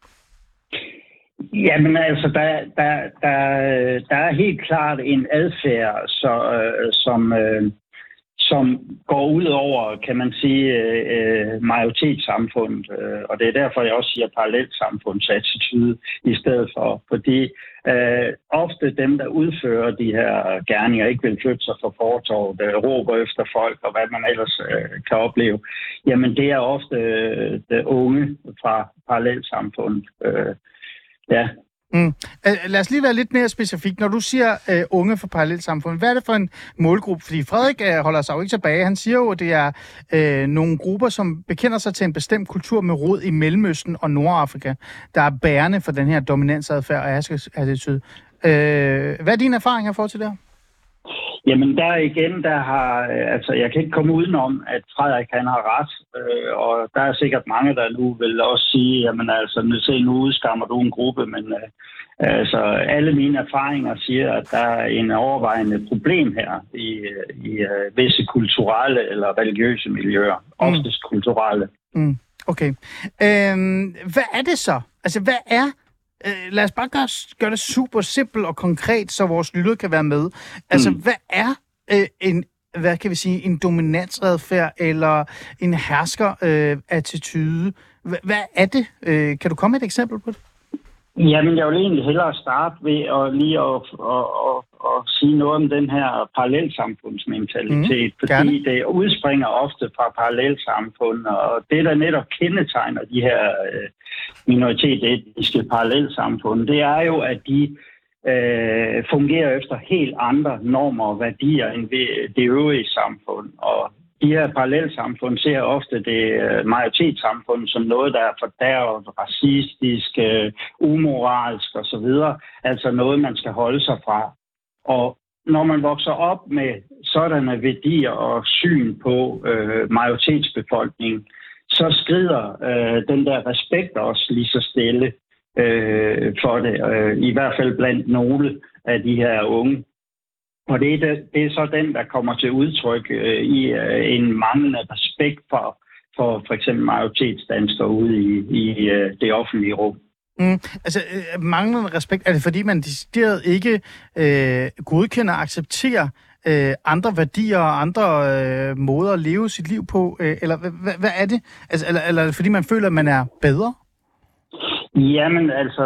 Jamen altså, der, der, der, der er helt klart en adfærd, så, øh, som, øh, som går ud over, kan man sige, øh, majoritetssamfundet. Øh, og det er derfor, jeg også siger parallelsamfundsattitude i stedet for. Fordi øh, ofte dem, der udfører de her gerninger, ikke vil flytte sig fra fortovet, øh, råber efter folk og hvad man ellers øh, kan opleve. Jamen det er ofte øh, det unge fra parallelsamfundet. Øh, ja. Mm. Lad os lige være lidt mere specifik. Når du siger uh, unge for parallelsamfund, hvad er det for en målgruppe? Fordi Frederik uh, holder sig jo ikke tilbage. Han siger jo, at det er uh, nogle grupper, som bekender sig til en bestemt kultur med rod i Mellemøsten og Nordafrika, der er bærende for den her dominansadfærd og herskerattitude. Uh, hvad er din erfaring her for til det her? Jamen der igen, der har, altså jeg kan ikke komme udenom, at Frederik han har ret, øh, og der er sikkert mange, der nu vil også sige, jamen altså, nu, se, nu udskammer du en gruppe, men øh, altså alle mine erfaringer siger, at der er en overvejende problem her i, i øh, visse kulturelle eller religiøse miljøer, mm. oftest kulturelle. Mm. Okay. Øhm, hvad er det så? Altså hvad er Øh, lad os bare gøre, gøre det super simpelt og konkret, så vores lytter kan være med. Altså, mm. hvad er øh, en, hvad kan vi sige, en dominansadfærd eller en herskerattitude? Øh, hvad, hvad er det? Øh, kan du komme med et eksempel på det? Jamen, jeg vil egentlig hellere starte ved at lige at, at, at, at sige noget om den her parallelsamfundsmentalitet, mm, fordi gerne. Det udspringer ofte fra parallelsamfund, og det, der netop kendetegner de her øh, minoritetsetniske parallelsamfund, det er jo, at de øh, fungerer efter helt andre normer og værdier end det øvrige samfund, og de her parallelsamfund ser ofte det majoritetssamfund som noget, der er fordærvet, racistisk, umoralsk osv. Altså noget, man skal holde sig fra. Og når man vokser op med sådanne værdier og syn på øh, majoritetsbefolkningen, så skrider øh, den der respekt også lige så stille øh, for det. Øh, I hvert fald blandt nogle af de her unge. Og det er, det, det er så den, der kommer til udtryk øh, i øh, en manglende respekt for for, for eksempel majoritetsdanskere ude i, i øh, det offentlige rum. Mm, altså, øh, manglende respekt, er det fordi, man decideret ikke øh, godkender og accepterer øh, andre værdier og andre øh, måder at leve sit liv på? Øh, eller hvad, hvad er det? Altså, eller, eller er det fordi, man føler, at man er bedre? Jamen, altså...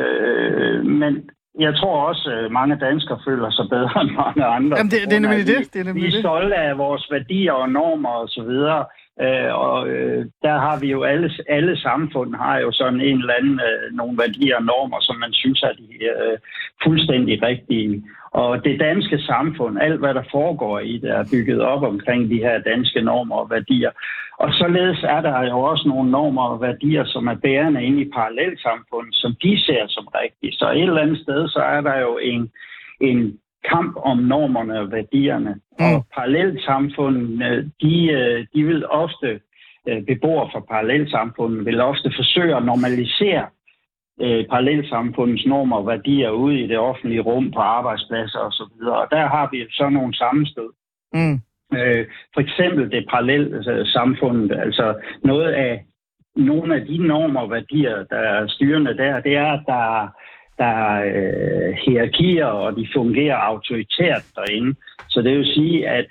Øh, men jeg tror også, at mange danskere føler sig bedre end mange andre. Jamen, det, det er nemlig det. det, er nemlig vi er stolte af vores værdier og normer og så videre. Øh, og øh, der har vi jo alle, alle samfund har jo sådan en eller anden øh, nogle værdier og normer, som man synes er de øh, fuldstændig rigtige. Og det danske samfund, alt hvad der foregår i det, er bygget op omkring de her danske normer og værdier. Og således er der jo også nogle normer og værdier, som er bærende inde i parallelsamfundet, som de ser som rigtige. Så et eller andet sted, så er der jo en, en kamp om normerne og værdierne. Mm. Og parallelsamfundene, de, de vil ofte, beboere fra parallelsamfundet, vil ofte forsøge at normalisere øh, parallelsamfundets normer og værdier ude i det offentlige rum, på arbejdspladser osv. Og der har vi så nogle sammenstød. Mm. Øh, for eksempel det parallelsamfundet, altså noget af, nogle af de normer og værdier, der er styrende der, det er, at der Der er øh, hierarkier, og de fungerer autoritært derinde. Så det vil sige, at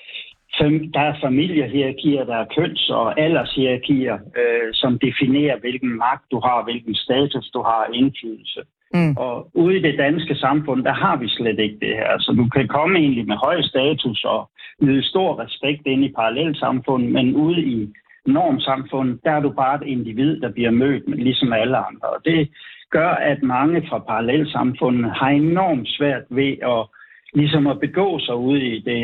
fam- der er familiehierarkier, der er køns- og aldershierarkier, øh, som definerer, hvilken magt du har, hvilken status du har, indflydelse. Mm. Og ude i det danske samfund, der har vi slet ikke det her. Så du kan komme egentlig med høj status og nyde stor respekt inde i parallelsamfundet, men ude i normsamfundet, der er du bare et individ, der bliver mødt med, ligesom alle andre. Og det gør, at mange fra parallelsamfundet har enormt svært ved at, ligesom at begå sig ude i det,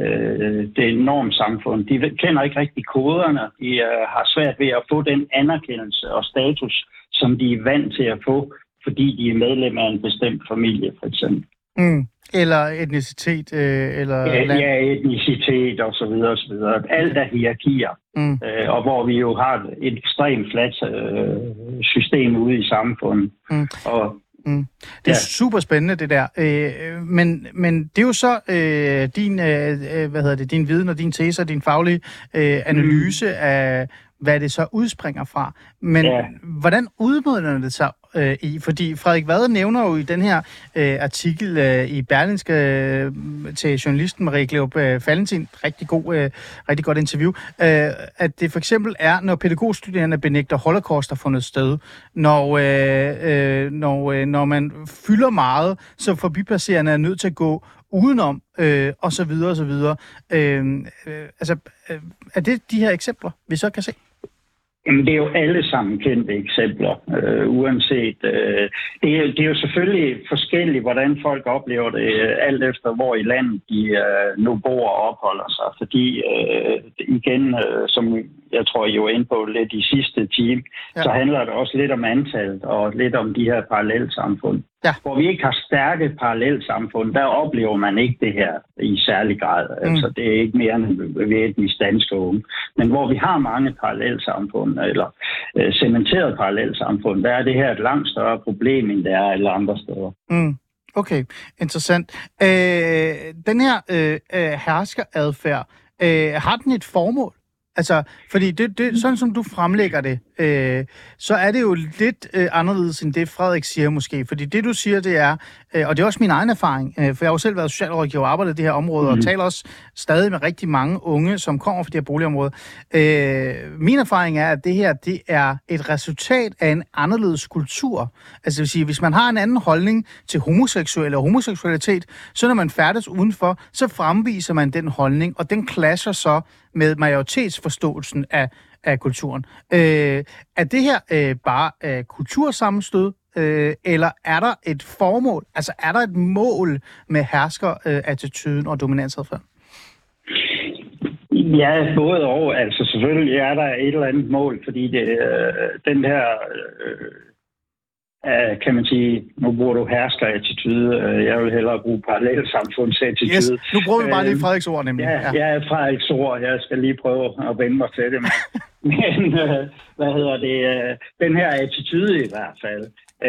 øh, det normsamfund. De kender ikke rigtig koderne. De øh, har svært ved at få den anerkendelse og status, som de er vant til at få, fordi de er medlem af en bestemt familie, for eksempel. Mm. Eller etnicitet, øh, eller ja, land. Ja, etnicitet og så videre og så videre. Alt er hierarkier. Mm. Øh, og hvor vi jo har et ekstremt fladt øh, system ude i samfundet. Mm. Og, mm. Det er ja. super spændende, det der. Øh, men, men det er jo så øh, din, øh, hvad hedder det, din viden og din tese og din faglige øh, analyse mm. af, hvad det så udspringer fra. Men ja. hvordan udmodner det sig øh, i? Fordi Frederik Vad nævner jo i den her øh, artikel øh, i Berlingske øh, til journalisten Marie Kleop øh, Valentin, rigtig, god, øh, rigtig godt interview, øh, at det for eksempel er, når pædagogstuderende benægter holocaust har fundet sted, når, øh, øh, når, øh, når man fylder meget, så forbipasserende er nødt til at gå udenom, øh, og så videre, og så videre. Øh, øh, altså, øh, er det de her eksempler, vi så kan se? Jamen, det er jo alle sammen kendte eksempler, øh, uanset. Øh, det, er, det er jo selvfølgelig forskelligt, hvordan folk oplever det, øh, alt efter hvor i landet de øh, nu bor og opholder sig. Fordi øh, igen, øh, som jeg tror, I var inde på lidt i sidste time, ja. så handler det også lidt om antallet og lidt om de her parallelsamfund. Ja. Hvor vi ikke har stærke parallelsamfund, der oplever man ikke det her i særlig grad. Mm. Altså, det er ikke mere end ved etnisk danske unge. Men hvor vi har mange parallelsamfund, eller øh, cementerede parallelsamfund, der er det her et langt større problem, end det er alle andre steder. Mm. Okay, interessant. Øh, den her øh, herskeradfærd, øh, har den et formål? Altså, fordi det, det, sådan som du fremlægger det, øh, så er det jo lidt øh, anderledes end det, Frederik siger måske. Fordi det, du siger, det er, øh, og det er også min egen erfaring, øh, for jeg har jo selv været socialrådgiver og arbejdet i det her område, mm. og taler også stadig med rigtig mange unge, som kommer fra det her boligområde. Øh, min erfaring er, at det her, det er et resultat af en anderledes kultur. Altså det vil sige, hvis man har en anden holdning til homoseksuelle og homoseksualitet, så når man færdes udenfor, så fremviser man den holdning, og den clasher så med majoritetsforståelsen af, af kulturen. Øh, er det her øh, bare øh, kultursammenstød, øh, eller er der et formål, altså er der et mål med herskerattituden og dominansadfærd? Ja, både og. Altså selvfølgelig er der et eller andet mål, fordi det, øh, den her... Øh, Uh, kan man sige, nu bruger du herskerattitude, uh, jeg vil hellere bruge parallelsamfundsattitude. Yes, nu bruger vi bare lige Frederiks ord nemlig. Ja, ja. ja Frederiks ord, jeg skal lige prøve at vende mig til det. Men uh, hvad hedder det, uh, den her attitude i hvert fald,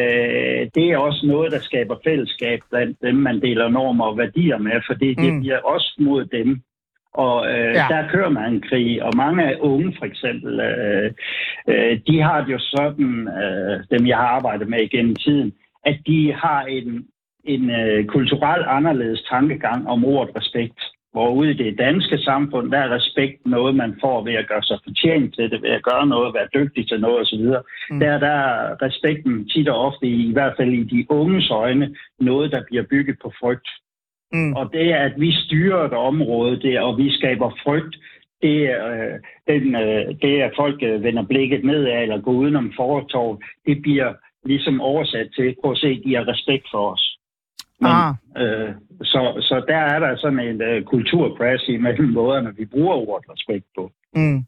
uh, det er også noget, der skaber fællesskab blandt dem, man deler normer og værdier med, fordi mm. det bliver også mod dem. Og øh, ja. der kører man en krig, og mange af unge for eksempel, øh, øh, de har det jo sådan, øh, dem jeg har arbejdet med igennem tiden, at de har en, en øh, kulturelt anderledes tankegang om ordet respekt. Hvor ude i det danske samfund, der er respekt noget, man får ved at gøre sig fortjent til det, ved at gøre noget, være dygtig til noget osv. Mm. Der, der er respekten tit og ofte, i, i hvert fald i de unges øjne, noget, der bliver bygget på frygt. Mm. Og det, at vi styrer et område der, og vi skaber frygt, det, øh, den, øh, det at folk øh, vender blikket nedad eller går udenom fortorvet, det bliver ligesom oversat til, prøv at se, de har respekt for os. Men, ah. øh, så, så der er der sådan en øh, kulturcrash imellem måderne, vi bruger ordet respekt på. Mm.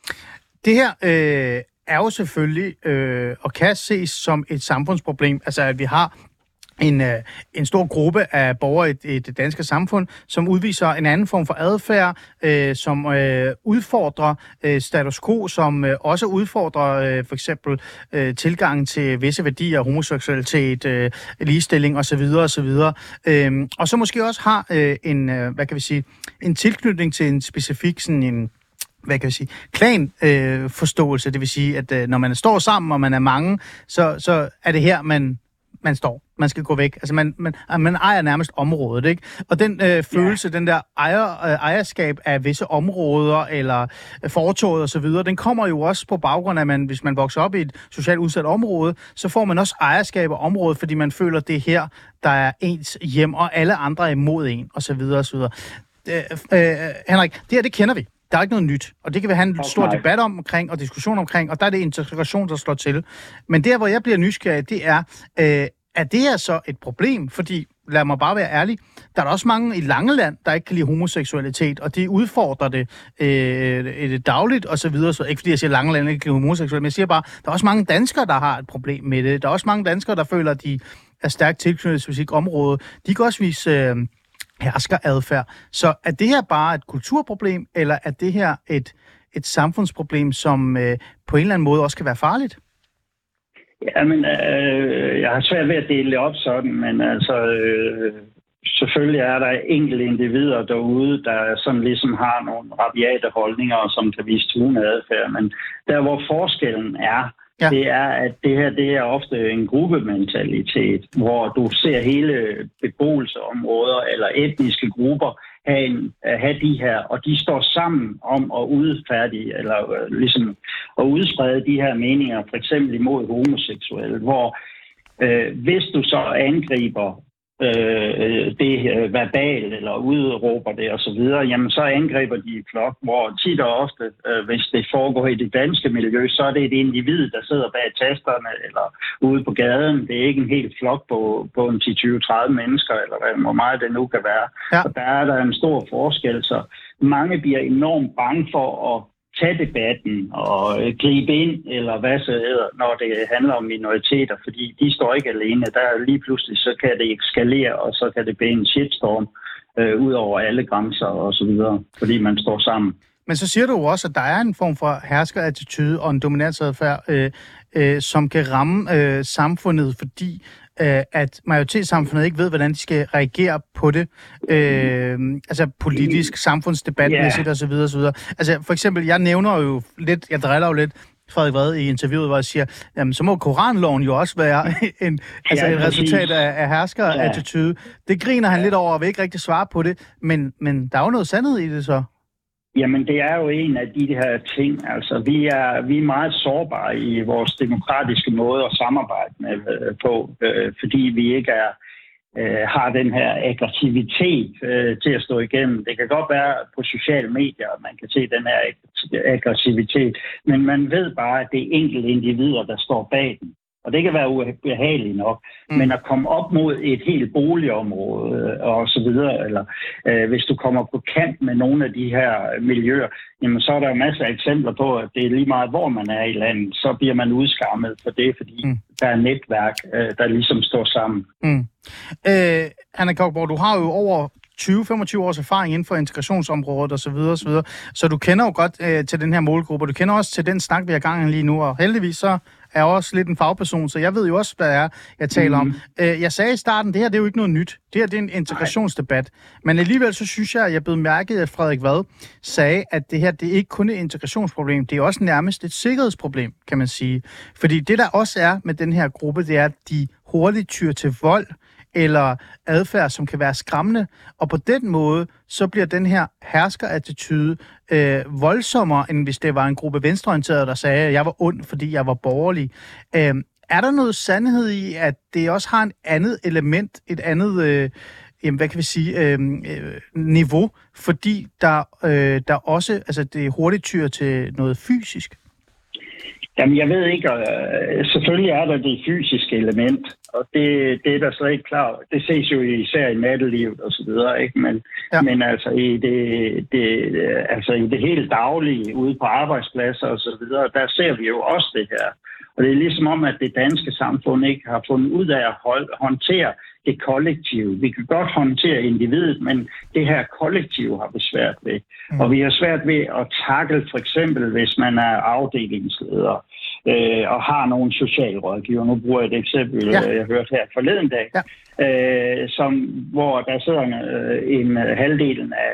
Det her øh, er jo selvfølgelig, øh, og kan ses som et samfundsproblem, altså at vi har En, øh, en stor gruppe af borgere i, i det danske samfund, som udviser en anden form for adfærd, øh, som øh, udfordrer øh, status quo, som øh, også udfordrer øh, for eksempel øh, tilgangen til visse værdier, homoseksualitet, øh, ligestilling osv. osv. Øh, og så måske også har øh, en, øh, hvad kan vi sige, en tilknytning til en specifik sådan en hvad kan jeg sige, klanforståelse. Øh, det vil sige, at øh, når man står sammen, og man er mange, så, så er det her, man man står. Man skal gå væk. Altså, man, man, man ejer nærmest området, ikke? Og den øh, følelse, ja. den der ejer, øh, ejerskab af visse områder, eller øh, fortovet og så videre, den kommer jo også på baggrund af, at man, hvis man vokser op i et socialt udsat område, så får man også ejerskab af området, fordi man føler, det er her, der er ens hjem, og alle andre er imod en, og så videre, og så videre. Øh, øh, Henrik, det her, det kender vi. Der er ikke noget nyt, og det kan vi have en stor debat om, omkring, og diskussion omkring, og der er det integration, der slår til. Men der, hvor jeg bliver nysgerrig, det er, øh, er det her så et problem? Fordi, lad mig bare være ærlig, der er der også mange i Langeland, der ikke kan lide homoseksualitet, og de udfordrer det øh, det dagligt, og så videre. Så ikke fordi jeg siger, at Langeland ikke kan lide homoseksualitet, men jeg siger bare, der er også mange danskere, der har et problem med det. Der er også mange danskere, der føler, at de er stærkt tilknyttet til et område. De kan også vise øh, hersker-adfærd. Så er det her bare et kulturproblem, eller er det her et, et samfundsproblem, som øh, på en eller anden måde også kan være farligt? Jamen, øh, jeg har svært ved at dele det op sådan, men altså, øh, selvfølgelig er der enkelte individer derude, der sådan ligesom har nogle rabiate holdninger, som kan vise truende adfærd, men der, hvor forskellen er, ja. det er, at det her, det er ofte en gruppementalitet, hvor du ser hele beboelsesområder eller etniske grupper have, en, have de her, og de står sammen om at udfærdige, eller øh, ligesom at udsprede de her meninger, for eksempel imod homoseksuelle, hvor øh, hvis du så angriber øh, det øh, verbalt, eller udråber det osv., jamen så angriber de i flok, hvor tit og ofte, øh, hvis det foregår i det danske miljø, så er det et individ, der sidder bag tasterne, eller ude på gaden. Det er ikke en helt flok på, på en ti til tyve til tredive mennesker, eller hvad, hvor meget det nu kan være. Ja. Og der er der en stor forskel, så mange bliver enormt bange for at tage debatten og gribe ind, eller hvad så hedder, når det handler om minoriteter, fordi de står ikke alene. Der er lige pludselig, så kan det eskalere, og så kan det blive en shitstorm øh, ud over alle grænser og så videre, fordi man står sammen. Men så siger du jo også, at der er en form for herskerattitude og en dominansadfærd, øh, øh, som kan ramme øh, samfundet, fordi øh, at majoritetssamfundet ikke ved, hvordan de skal reagere på det. Øh, altså politisk, samfundsdebatmæssigt yeah. osv. osv. Altså for eksempel, jeg nævner jo lidt, jeg driller jo lidt, Frederik Vad i interviewet, hvor jeg siger, jamen så må koranloven jo også være en, altså ja, et resultat af, af herskerattitude. Ja. Det griner han ja. lidt over, og vil ikke rigtig svare på det, men, men der er jo noget sandhed i det så. Jamen, det er jo en af de her ting. Altså, vi er, vi er meget sårbare i vores demokratiske måde at samarbejde med, øh, på, øh, fordi vi ikke er, øh, har den her aggressivitet øh, til at stå igennem. Det kan godt være på sociale medier, at man kan se den her aggressivitet, men man ved bare, at det er enkelte individer, der står bag den. Og det kan være ubehageligt nok, mm. men at komme op mod et helt boligområde og så videre, eller øh, hvis du kommer på kant med nogle af de her miljøer, jamen så er der masser af eksempler på, at det er lige meget, hvor man er i landet, så bliver man udskammet for det, fordi mm. der er netværk, øh, der ligesom står sammen. Mm. Øh, Hanna Kouchborg, du har jo over tyve til femogtyve års erfaring inden for integrationsområdet og så videre, og så videre. Så du kender jo godt øh, til den her målgruppe, du kender også til den snak, vi har gang lige nu, og heldigvis så er jeg også lidt en fagperson, så jeg ved jo også, hvad det er, jeg taler mm. om. Øh, jeg sagde i starten, det her det er jo ikke noget nyt. Det her det er en integrationsdebat. Men alligevel så synes jeg, at jeg blev mærket, at Frederik Vad sagde, at det her det er ikke kun et integrationsproblem, det er også nærmest et sikkerhedsproblem, kan man sige. Fordi det der også er med den her gruppe, det er, at de hurtigt tyr til vold, eller adfærd, som kan være skræmmende. Og på den måde, så bliver den her herskerattitude øh, voldsommere, end hvis det var en gruppe venstreorienterede, der sagde, at jeg var ond, fordi jeg var borgerlig. Øh, er der noget sandhed i, at det også har et andet element, et andet, øh, jamen, hvad kan vi sige, øh, øh, niveau, fordi der, øh, der også, altså det hurtigt tyr til noget fysisk? Jamen, jeg ved ikke. Øh, selvfølgelig er der det fysiske element, og det, det er der slet ikke klart. Det ses jo især i nattelivet og så videre, ikke? Men, ja. men altså, i det, det, altså i det helt daglige, ude på arbejdspladser og så videre, der ser vi jo også det her. Og det er ligesom om, at det danske samfund ikke har fundet ud af at hold, håndtere det kollektive. Vi kan godt håndtere individet, men det her kollektiv har vi svært ved. Mm. Og vi har svært ved at tackle, for eksempel, hvis man er afdelingsleder øh, og har nogle socialrådgiver. Nu bruger jeg et eksempel, ja. jeg hørte her forleden dag, ja. øh, som, hvor der sidder en, en halvdelen af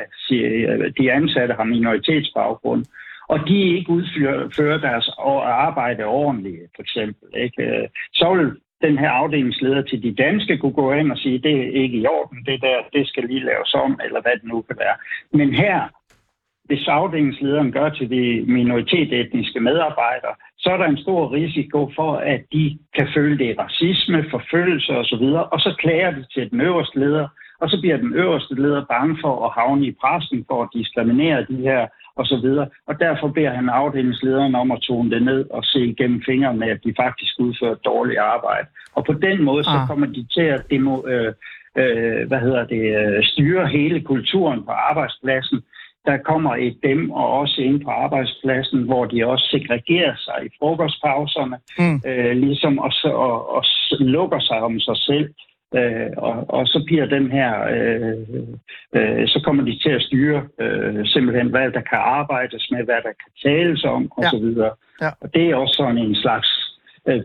de ansatte har minoritetsbaggrund, og de ikke udfører deres arbejde ordentligt, for eksempel. Ikke? Så vil den her afdelingsleder til de danske kunne gå ind og sige, det er ikke i orden, det der, det skal lige laves om, eller hvad det nu kan være. Men her, hvis afdelingslederen gør til de minoritetsetniske medarbejdere, så er der en stor risiko for, at de kan føle det racisme, forfølgelse osv., og så klager de til den øverste leder, og så bliver den øverste leder bange for at havne i pressen for at diskriminere de her og så videre. Og derfor beder han afdelingslederen om at tone det ned og se igennem fingrene med, at de faktisk udfører et dårligt arbejde. Og på den måde, ah. så kommer de til at demo, øh, øh, hvad hedder det, styre hele kulturen på arbejdspladsen. Der kommer et dem og også ind på arbejdspladsen, hvor de også segregerer sig i frokostpauserne, mm. øh, ligesom og, så, og, og lukker sig om sig selv. Øh, og, og så bliver den her, øh, øh, så kommer de til at styre øh, simpelthen, hvad der kan arbejdes med, hvad der kan tales om, og ja. så videre. Ja. Og det er også sådan en slags øh,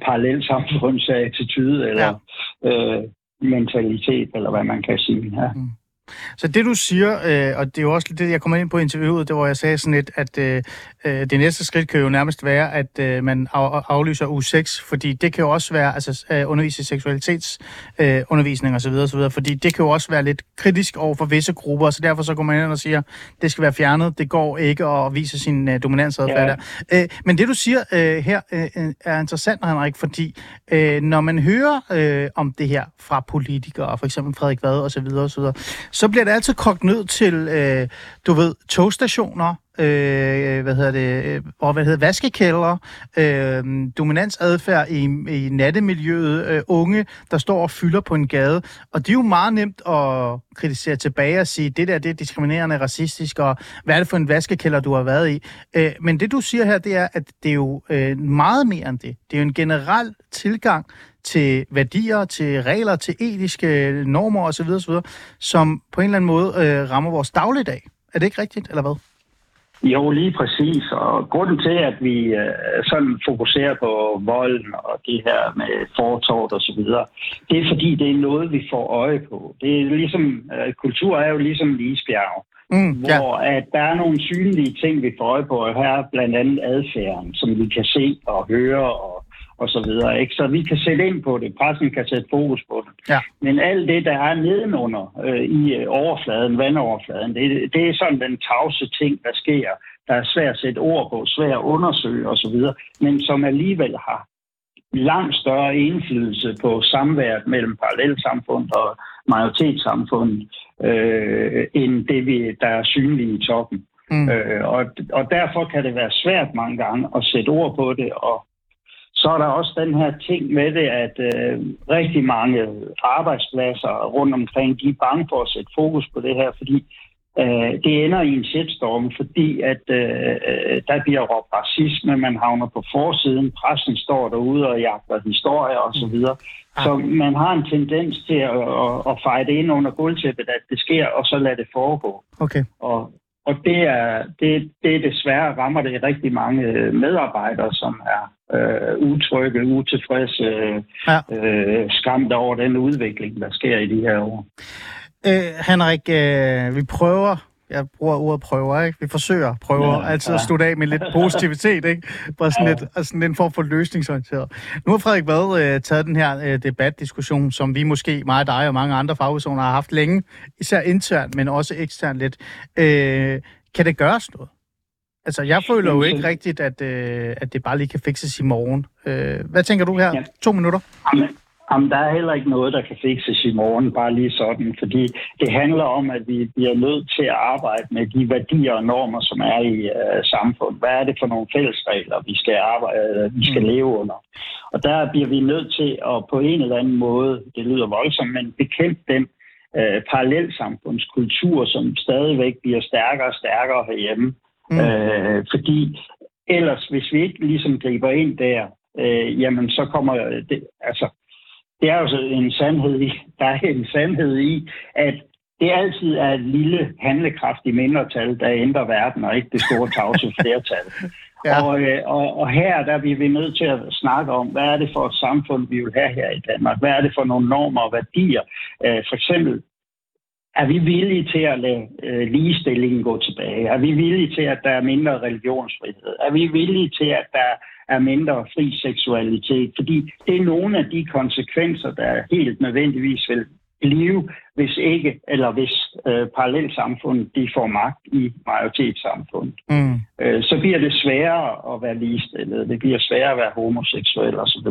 parallelsamfundsattitude, eller ja. øh, mentalitet, eller hvad man kan sige her. Mm. Så det du siger, øh, og det er jo også det, jeg kommer ind på interviewet, det hvor jeg sagde sådan lidt, at øh, det næste skridt kan jo nærmest være, at øh, man af, aflyser uge seks, fordi det kan jo også være, altså øh, undervise i seksualitetsundervisning øh, osv., osv., fordi det kan jo også være lidt kritisk over for visse grupper, så derfor så går man ind og siger, det skal være fjernet, det går ikke at vise sin øh, dominansadfærd der. Øh, men det du siger øh, her øh, er interessant, Henrik, fordi øh, når man hører øh, om det her fra politikere, for eksempel Frederik Vad osv., osv., så bliver det altid kogt ned til, øh, du ved, togstationer, øh, hvad hedder det, øh, og hvad hedder vaskekældre, øh, dominansadfærd i, i nattemiljøet, øh, unge, der står og fylder på en gade. Og det er jo meget nemt at kritisere tilbage og sige, det der det er diskriminerende, racistisk, og hvad er det for en vaskekælder, du har været i? Øh, men det du siger her, det er, at det er jo øh, meget mere end det. Det er jo en generel tilgang til værdier, til regler, til etiske normer osv., osv., som på en eller anden måde øh, rammer vores dagligdag. Er det ikke rigtigt, eller hvad? Jo, lige præcis. Og grunden til, at vi øh, sådan fokuserer på volden og det her med fortort og så videre, det er fordi, det er noget, vi får øje på. Det er ligesom, øh, kultur er jo ligesom en isbjerg, mm, ja. hvor at der er nogle synlige ting, vi får øje på, og her er blandt andet adfærden, som vi kan se og høre og og så videre, ikke? Så vi kan sætte ind på det, pressen kan sætte fokus på det. Ja. Men alt det, der er nedenunder øh, i overfladen, vandoverfladen, det, det er sådan den tavse ting, der sker, der er svært at sætte ord på, svært at undersøge og så videre, men som alligevel har langt større indflydelse på samværet mellem parallelsamfund og majoritetssamfund, øh, end det, vi, der er synlige i toppen. Mm. Øh, og, og derfor kan det være svært mange gange at sætte ord på det, og så er der også den her ting med det, at øh, rigtig mange arbejdspladser rundt omkring, de er bange for at sætte fokus på det her, fordi øh, det ender i en shitstorm, fordi at øh, der bliver råbt racisme, man havner på forsiden, pressen står derude og jagter historier osv. Så, så man har en tendens til at, at, at feje det ind under gulvtæppet, at det sker, og så lade det foregå. Okay. Og Og det er, det, det er desværre rammer det rigtig mange medarbejdere, som er øh, utrygge, utilfredse, ja. øh, skræmt over den udvikling, der sker i de her år. Øh, Henrik, øh, vi prøver, jeg bruger ordet prøver, ikke? Vi forsøger, prøver ja, altid ja. at slutte af med lidt positivitet, ikke? Bare sådan, ja. lidt, altså sådan en form for løsningsorienteret. Nu har Frederik Vad øh, taget den her øh, debatdiskussion, som vi måske, mig og dig og mange andre fagpersoner har haft længe, især internt, men også eksternt lidt. Øh, kan det gøres noget? Altså, jeg føler jo ikke rigtigt, at, øh, at det bare lige kan fikses i morgen. Øh, hvad tænker du her? Ja. To minutter. Amen. Jamen, der er heller ikke noget, der kan fikses i morgen, bare lige sådan, fordi det handler om, at vi bliver nødt til at arbejde med de værdier og normer, som er i uh, samfundet. Hvad er det for nogle fællesregler, vi skal arbejde, vi skal leve under? Og der bliver vi nødt til at på en eller anden måde, det lyder voldsomt, men bekæmpe den uh, parallelsamfundskultur, som stadigvæk bliver stærkere og stærkere herhjemme. Mm. Uh, fordi ellers, hvis vi ikke ligesom griber ind der, uh, jamen så kommer det, altså det er jo så en sandhed i, der er en sandhed i, at det altid er et lille handlekraftigt mindretal, der ændrer verden, og ikke det store tavse flertal. Ja. Og, og, og her der bliver vi nødt til at snakke om, hvad er det for et samfund, vi vil have her i Danmark? Hvad er det for nogle normer og værdier? For eksempel, er vi villige til at lade øh, ligestillingen gå tilbage? Er vi villige til, at der er mindre religionsfrihed? Er vi villige til, at der er mindre fri seksualitet? Fordi det er nogle af de konsekvenser, der helt nødvendigvis vil blive, hvis ikke, eller hvis øh, parallelsamfundet de får magt i majoritetssamfundet. Mm. Øh, så bliver det sværere at være ligestillet. Det bliver sværere at være homoseksuel osv.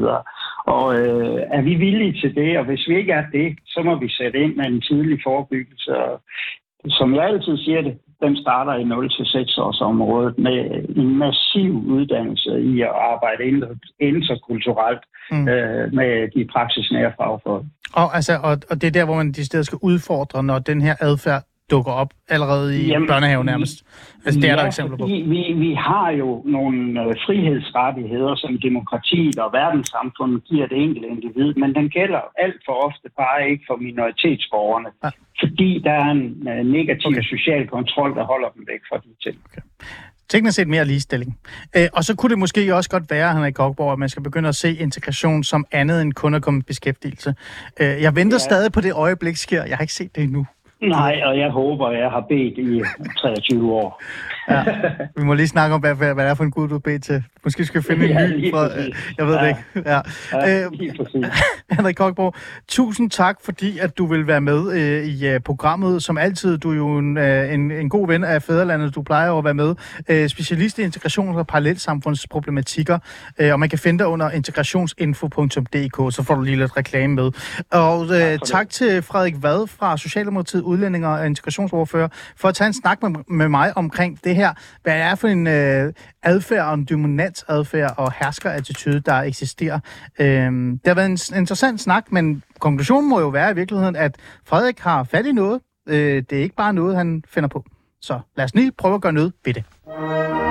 Og øh, er vi villige til det? Og hvis vi ikke er det, så må vi sætte ind med en tidlig forebyggelse. Og, som jeg altid siger det, den starter i nul til seks års området med en massiv uddannelse i at arbejde interkulturelt mm. øh, med de praksisnære fagfolk. Og, altså, og, og det er der, hvor man de steder skal udfordre, når den her adfærd dukker op allerede i Jamen, børnehaven nærmest. Altså, det er ja, der eksempler på. Vi, vi, vi har jo nogle øh, frihedsrettigheder, som demokratiet og verdenssamfundet giver det enkelte individ, men den gælder alt for ofte bare ikke for minoritetsborgerne, ja. fordi der er en øh, negativ okay. social kontrol, der holder dem væk fra de ting. Okay. Teknisk set mere ligestilling. Øh, og så kunne det måske også godt være, Henrik Kogborg, at man skal begynde at se integration som andet end kun at komme i beskæftigelse. Øh, jeg venter ja. stadig på det øjeblik sker. Jeg har ikke set det endnu. Nej, og jeg håber, jeg har bedt i treogtyve år. Ja. Vi må lige snakke om, hvad, hvad det er for en gud, du har bedt til. Måske skal vi finde en ny. Ja, for, jeg ved ja. det ikke. Ja. Ja, øh, Henrik Kogborg, tusind tak, fordi at du vil være med øh, i uh, programmet. Som altid, du er jo en, uh, en, en god ven af Fædrelandet. Du plejer at være med. Uh, specialist i integration og parallelsamfundsproblematikker. Uh, og man kan finde dig under integrationsinfo punktum d k, så får du lige lidt reklame med. Og uh, tak, tak til Frederik Vad fra Socialdemokratiet, udlændinge og integrationsordfører, for at tage en snak med, med mig omkring det her. Hvad er for en øh, adfærd og en dominant adfærd og herskerattitude, der eksisterer. Øh, det har været en interessant snak, men konklusionen må jo være i virkeligheden, at Frederik har fat i noget. Øh, det er ikke bare noget, han finder på. Så lad os lige prøve at gøre noget ved det.